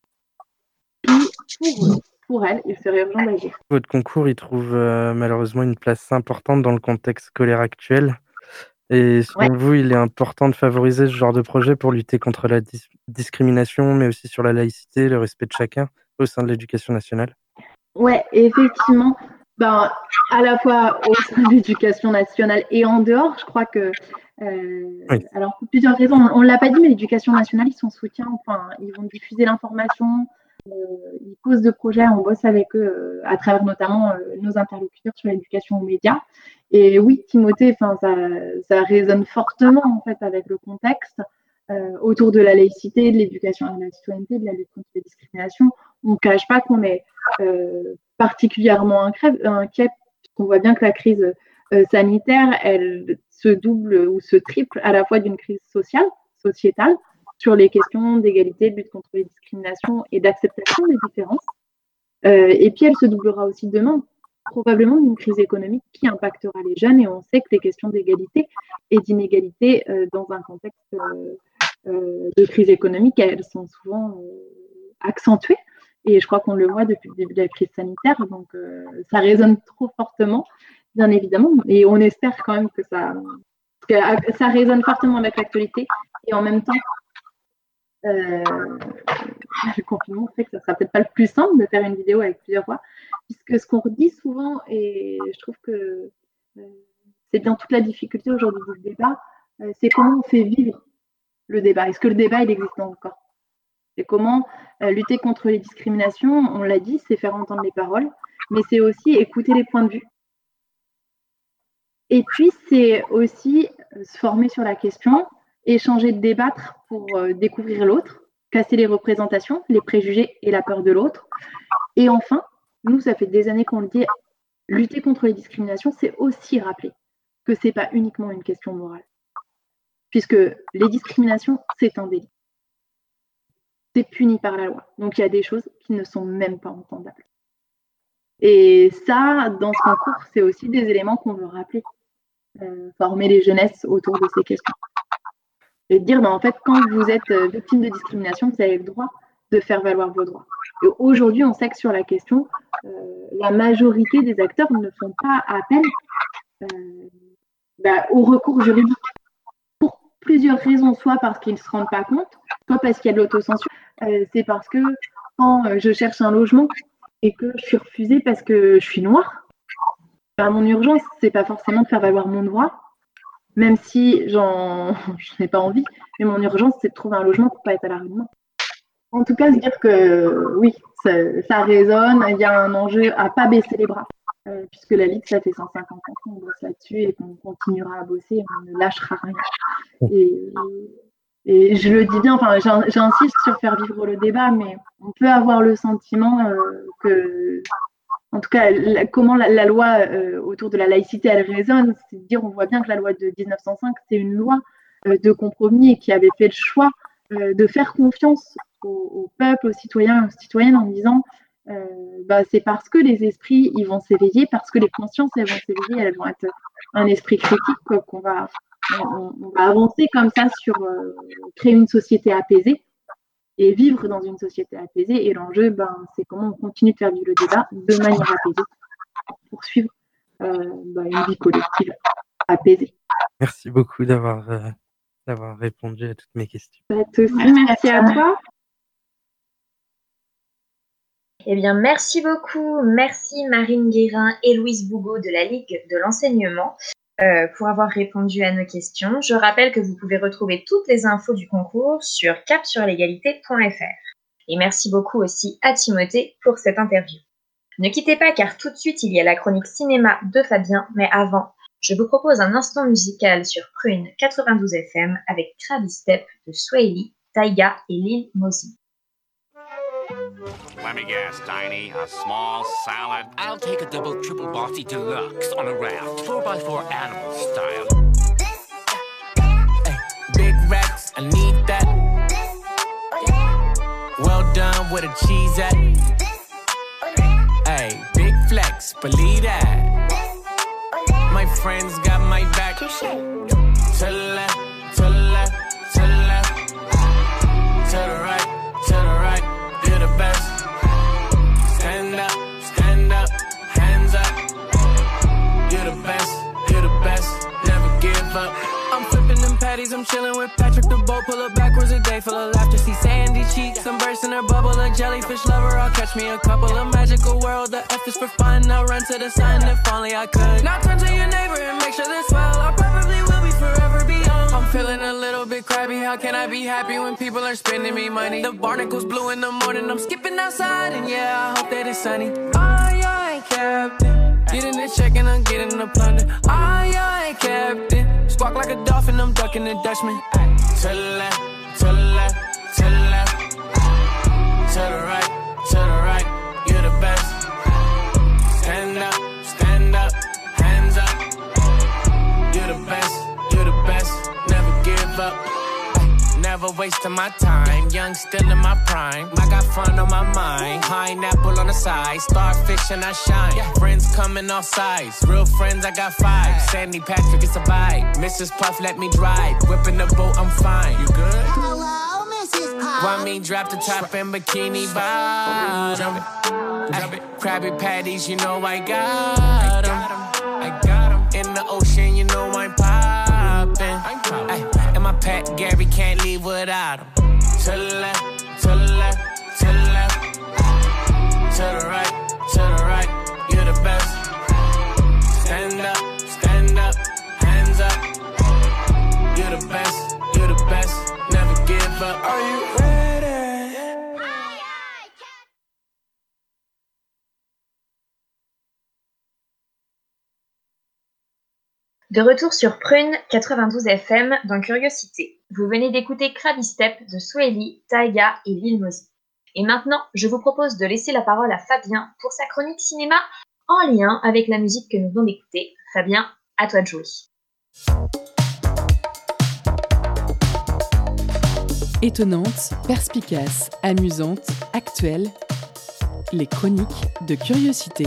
elles, il serait urgent d'agir. Votre concours, il trouve malheureusement une place importante dans le contexte scolaire actuel. Et selon vous, il est important de favoriser ce genre de projet pour lutter contre la discrimination, mais aussi sur la laïcité, le respect de chacun au sein de l'éducation nationale. Ouais, effectivement, à la fois au sein de l'éducation nationale et en dehors, je crois que, alors pour plusieurs raisons, on ne l'a pas dit, mais l'éducation nationale, ils sont soutiens, ils vont diffuser l'information, ils posent de projets, on bosse avec eux à travers notamment nos interlocuteurs sur l'éducation aux médias. Et oui, Timothée, ça résonne fortement en fait avec le contexte autour de la laïcité, de l'éducation à la citoyenneté, de la lutte contre les discriminations. On ne cache pas qu'on est particulièrement inquiet, puisqu'on voit bien que la crise sanitaire, elle se double ou se triple à la fois d'une crise sociétale, sur les questions d'égalité, de lutte contre les discriminations et d'acceptation des différences. Et puis, elle se doublera aussi demain, probablement d'une crise économique qui impactera les jeunes. Et on sait que les questions d'égalité et d'inégalité dans un contexte de crise économique, elles sont souvent accentuées. Et je crois qu'on le voit depuis le début de la crise sanitaire. Donc, ça résonne trop fortement, bien évidemment. Et on espère quand même que ça résonne fortement avec l'actualité. Et en même temps, le confinement fait que ça sera peut-être pas le plus simple de faire une vidéo avec plusieurs voix, puisque ce qu'on redit souvent, et je trouve que c'est bien toute la difficulté aujourd'hui du débat, c'est comment on fait vivre le débat. Est-ce que le débat, il existe encore? C'est comment lutter contre les discriminations, on l'a dit, c'est faire entendre les paroles, mais c'est aussi écouter les points de vue. Et puis, c'est aussi se former sur la question, échanger, débattre pour découvrir l'autre, casser les représentations, les préjugés et la peur de l'autre. Et enfin, nous, ça fait des années qu'on le dit, lutter contre les discriminations, c'est aussi rappeler que ce n'est pas uniquement une question morale. Puisque les discriminations, c'est un délit. C'est puni par la loi. Donc, il y a des choses qui ne sont même pas entendables. Et ça, dans ce concours, c'est aussi des éléments qu'on veut rappeler. Former les jeunesses autour de ces questions. Et dire, en fait, quand vous êtes victime de discrimination, vous avez le droit de faire valoir vos droits. Et aujourd'hui, on sait que sur la question, la majorité des acteurs ne font pas appel au recours juridique. Pour plusieurs raisons, soit parce qu'ils ne se rendent pas compte, soit parce qu'il y a de l'autocensure. C'est parce que quand je cherche un logement et que je suis refusée parce que je suis noire, mon urgence, c'est pas forcément de faire valoir mon droit, même si je n'ai pas envie, mais mon urgence, c'est de trouver un logement pour pas être à la rue demain. En tout cas, se dire que oui, ça résonne, il y a un enjeu à pas baisser les bras, puisque la Ligue, ça fait 150 ans qu'on bosse là-dessus et qu'on continuera à bosser et on ne lâchera rien. Et je le dis bien, j'insiste sur faire vivre le débat, mais on peut avoir le sentiment que en tout cas, comment la loi autour de la laïcité, elle résonne, c'est de dire, on voit bien que la loi de 1905, c'est une loi de compromis et qui avait fait le choix de faire confiance au peuple, aux citoyens et aux citoyennes en disant c'est parce que les esprits ils vont s'éveiller, parce que les consciences elles vont s'éveiller, elles vont être un esprit critique, quoi, on va avancer comme ça sur créer une société apaisée et vivre dans une société apaisée. Et l'enjeu, c'est comment on continue de faire vivre le débat de manière apaisée pour poursuivre une vie collective apaisée. Merci beaucoup d'avoir répondu à toutes mes questions. Merci à toi. Eh bien, merci beaucoup. Merci Marine Guérin et Louise Bougot de la Ligue de l'enseignement pour avoir répondu à nos questions. Je rappelle que vous pouvez retrouver toutes les infos du concours sur capsurlégalité.fr. Et merci beaucoup aussi à Timothée pour cette interview. Ne quittez pas car tout de suite il y a la chronique cinéma de Fabien, mais avant, je vous propose un instant musical sur Prune 92 FM avec Krabby Step de Swahili, Taiga et Lil Mosey. Let me guess, Tiny. A small salad. I'll take a double, triple bossy deluxe on a raft, 4x4 animal style. Hey, big Rex, I need that. Well done with a cheese at. Hey, big flex, believe that. My friends got my back. To the left, to the left, to the left, to the right, to the right. You're the best. Stand up, hands up. You're the best, never give up. I'm flipping them patties, I'm chilling with Patrick the boat. Pull up backwards a day full of laughter. See sandy cheeks, I'm bursting her bubble. A jellyfish lover, I'll catch me a couple. A magical world, the F is for fun. I'll run to the sun if only I could. Now turn to your neighbor and make sure this well. I probably will be forever beyond. I'm feeling a little bit crabby. How can I be happy when people are spending me money? The barnacles blue in the morning, I'm skipping outside. And yeah, I hope that it's sunny. I ain't captain. Getting the check and I'm getting the plunder. I ain't captain. Squawk like a dolphin, I'm ducking the Dutchman. Ay. To the left, to the left, to the left. To the right, you're the best. Stand up, hands up. You're the best, never give up. Never wasting my time, young still in my prime. I got fun on my mind, pineapple on the side. Starfish and I shine, friends coming all sides. Real friends, I got 5. Sandy Patrick, it's a vibe. Mrs. Puff, let me drive. Whipping the boat, I'm fine. You good? Hello, Mrs. Puff. Want me drop the top and bikini bottom. Drop it. Krabby Patties, you know I got 'em. In the ocean, you know I'm poppin'. And my pet Gary can't leave without him. To the left, to the left, to the left. To the right, you're the best. Stand up, hands up. You're the best, never give up. Are you ready? De retour sur Prune 92 FM dans Curiosité. Vous venez d'écouter Krabby Step de Swahili, Taiga et Lil Mosey. Et maintenant, je vous propose de laisser la parole à Fabien pour sa chronique cinéma en lien avec la musique que nous venons d'écouter. Fabien, à toi de jouer. Étonnante, perspicace, amusante, actuelle, les chroniques de Curiosité.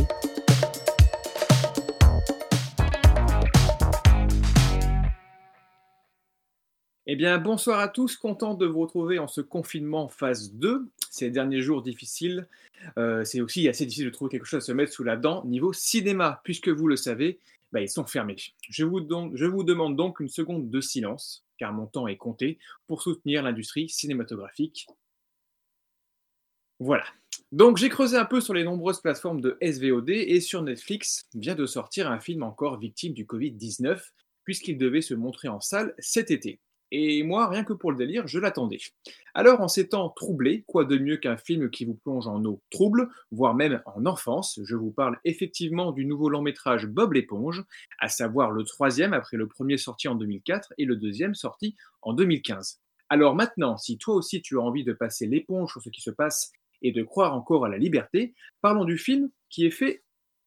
Eh bien, bonsoir à tous, content de vous retrouver en ce confinement phase 2. Ces derniers jours difficiles, c'est aussi assez difficile de trouver quelque chose à se mettre sous la dent niveau cinéma, puisque vous le savez, ils sont fermés. Je vous demande donc une seconde de silence, car mon temps est compté, pour soutenir l'industrie cinématographique. Voilà. Donc j'ai creusé un peu sur les nombreuses plateformes de SVOD et sur Netflix vient de sortir un film encore victime du Covid-19, puisqu'il devait se montrer en salle cet été. Et moi, rien que pour le délire, je l'attendais. Alors, en ces temps troublés, quoi de mieux qu'un film qui vous plonge en eau trouble, voire même en enfance. Je vous parle effectivement du nouveau long-métrage Bob l'éponge, à savoir le 3e après le premier sorti en 2004 et le 2e sorti en 2015. Alors maintenant, si toi aussi tu as envie de passer l'éponge sur ce qui se passe et de croire encore à la liberté, parlons du film qui est fait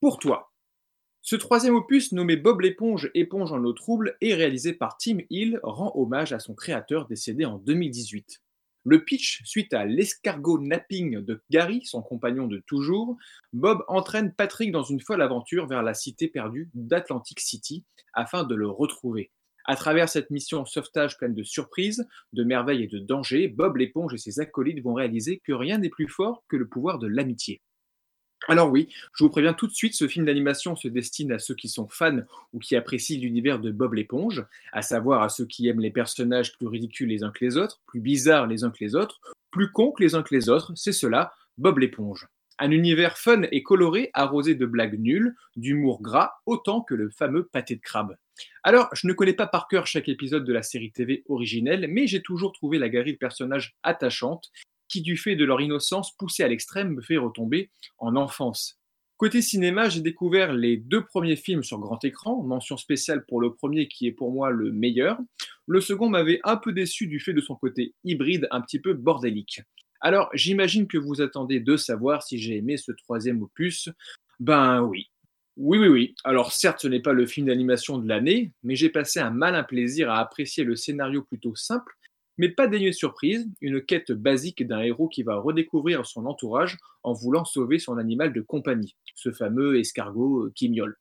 pour toi. Ce troisième opus, nommé Bob l'éponge, éponge en eau trouble, et réalisé par Tim Hill, rend hommage à son créateur décédé en 2018. Le pitch, suite à l'escargot napping de Gary, son compagnon de toujours, Bob entraîne Patrick dans une folle aventure vers la cité perdue d'Atlantic City afin de le retrouver. À travers cette mission sauvetage pleine de surprises, de merveilles et de dangers, Bob l'éponge et ses acolytes vont réaliser que rien n'est plus fort que le pouvoir de l'amitié. Alors oui, je vous préviens tout de suite, ce film d'animation se destine à ceux qui sont fans ou qui apprécient l'univers de Bob l'éponge, à savoir à ceux qui aiment les personnages plus ridicules les uns que les autres, plus bizarres les uns que les autres, plus cons que les uns que les autres, c'est cela, Bob l'éponge. Un univers fun et coloré, arrosé de blagues nulles, d'humour gras, autant que le fameux pâté de crabe. Alors, je ne connais pas par cœur chaque épisode de la série TV originelle, mais j'ai toujours trouvé la galerie de personnages attachante, qui, du fait de leur innocence poussée à l'extrême, me fait retomber en enfance. Côté cinéma, j'ai découvert les 2 premiers films sur grand écran, mention spéciale pour le premier qui est pour moi le meilleur. Le second m'avait un peu déçu du fait de son côté hybride, un petit peu bordélique. Alors, j'imagine que vous attendez de savoir si j'ai aimé ce 3e opus. Ben oui. Oui. Alors certes, ce n'est pas le film d'animation de l'année, mais j'ai passé un malin plaisir à apprécier le scénario plutôt simple, mais pas dénué de surprise, une quête basique d'un héros qui va redécouvrir son entourage en voulant sauver son animal de compagnie, ce fameux escargot qui miaule.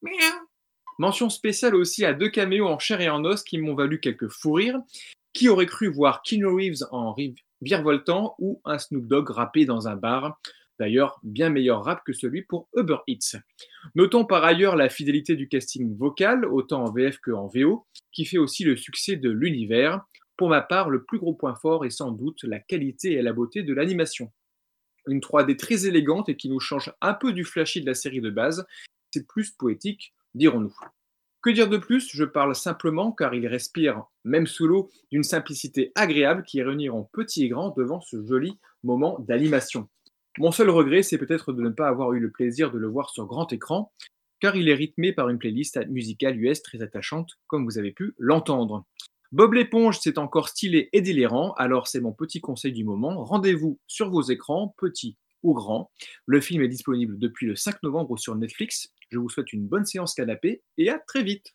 Mention spéciale aussi à 2 caméos en chair et en os qui m'ont valu quelques fous rires. Qui aurait cru voir Keanu Reeves en virevoltant ou un Snoop Dogg rappé dans un bar? D'ailleurs, bien meilleur rap que celui pour Uber Eats. Notons par ailleurs la fidélité du casting vocal, autant en VF qu'en VO, qui fait aussi le succès de l'univers. Pour ma part, le plus gros point fort est sans doute la qualité et la beauté de l'animation. Une 3D très élégante et qui nous change un peu du flashy de la série de base, c'est plus poétique, dirons-nous. Que dire de plus? Je parle simplement car il respire, même sous l'eau, d'une simplicité agréable qui réuniront petit et grand devant ce joli moment d'animation. Mon seul regret, c'est peut-être de ne pas avoir eu le plaisir de le voir sur grand écran, car il est rythmé par une playlist musicale US très attachante, comme vous avez pu l'entendre. Bob l'éponge, c'est encore stylé et délirant, alors c'est mon petit conseil du moment. Rendez-vous sur vos écrans, petits ou grands. Le film est disponible depuis le 5 novembre sur Netflix. Je vous souhaite une bonne séance canapé et à très vite.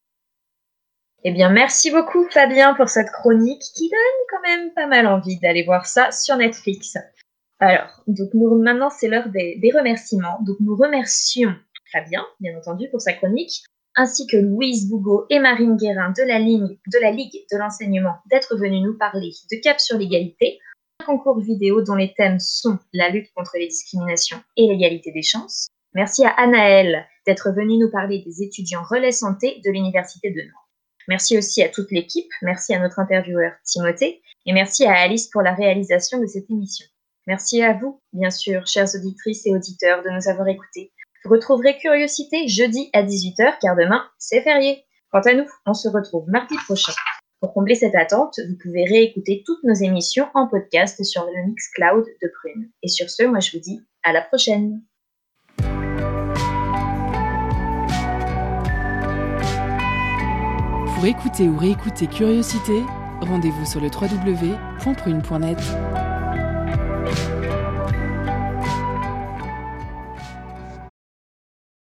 Eh bien, merci beaucoup Fabien pour cette chronique qui donne quand même pas mal envie d'aller voir ça sur Netflix. Alors, donc maintenant c'est l'heure des remerciements. Donc nous remercions Fabien, bien entendu, pour sa chronique, ainsi que Louise Bougot et Marine Guérin de la Ligue de l'enseignement d'être venus nous parler de Cap sur l'égalité, un concours vidéo dont les thèmes sont la lutte contre les discriminations et l'égalité des chances. Merci à Anaëlle d'être venue nous parler des étudiants relais santé de l'Université de Nantes. Merci aussi à toute l'équipe, merci à notre intervieweur Timothée, et merci à Alice pour la réalisation de cette émission. Merci à vous, bien sûr, chères auditrices et auditeurs, de nous avoir écoutés. Vous retrouverez Curiosité jeudi à 18h, car demain, c'est férié. Quant à nous, on se retrouve mardi prochain. Pour combler cette attente, vous pouvez réécouter toutes nos émissions en podcast sur le Mixcloud de Prune. Et sur ce, moi je vous dis à la prochaine. Pour écouter ou réécouter Curiosité, rendez-vous sur le www.prune.net.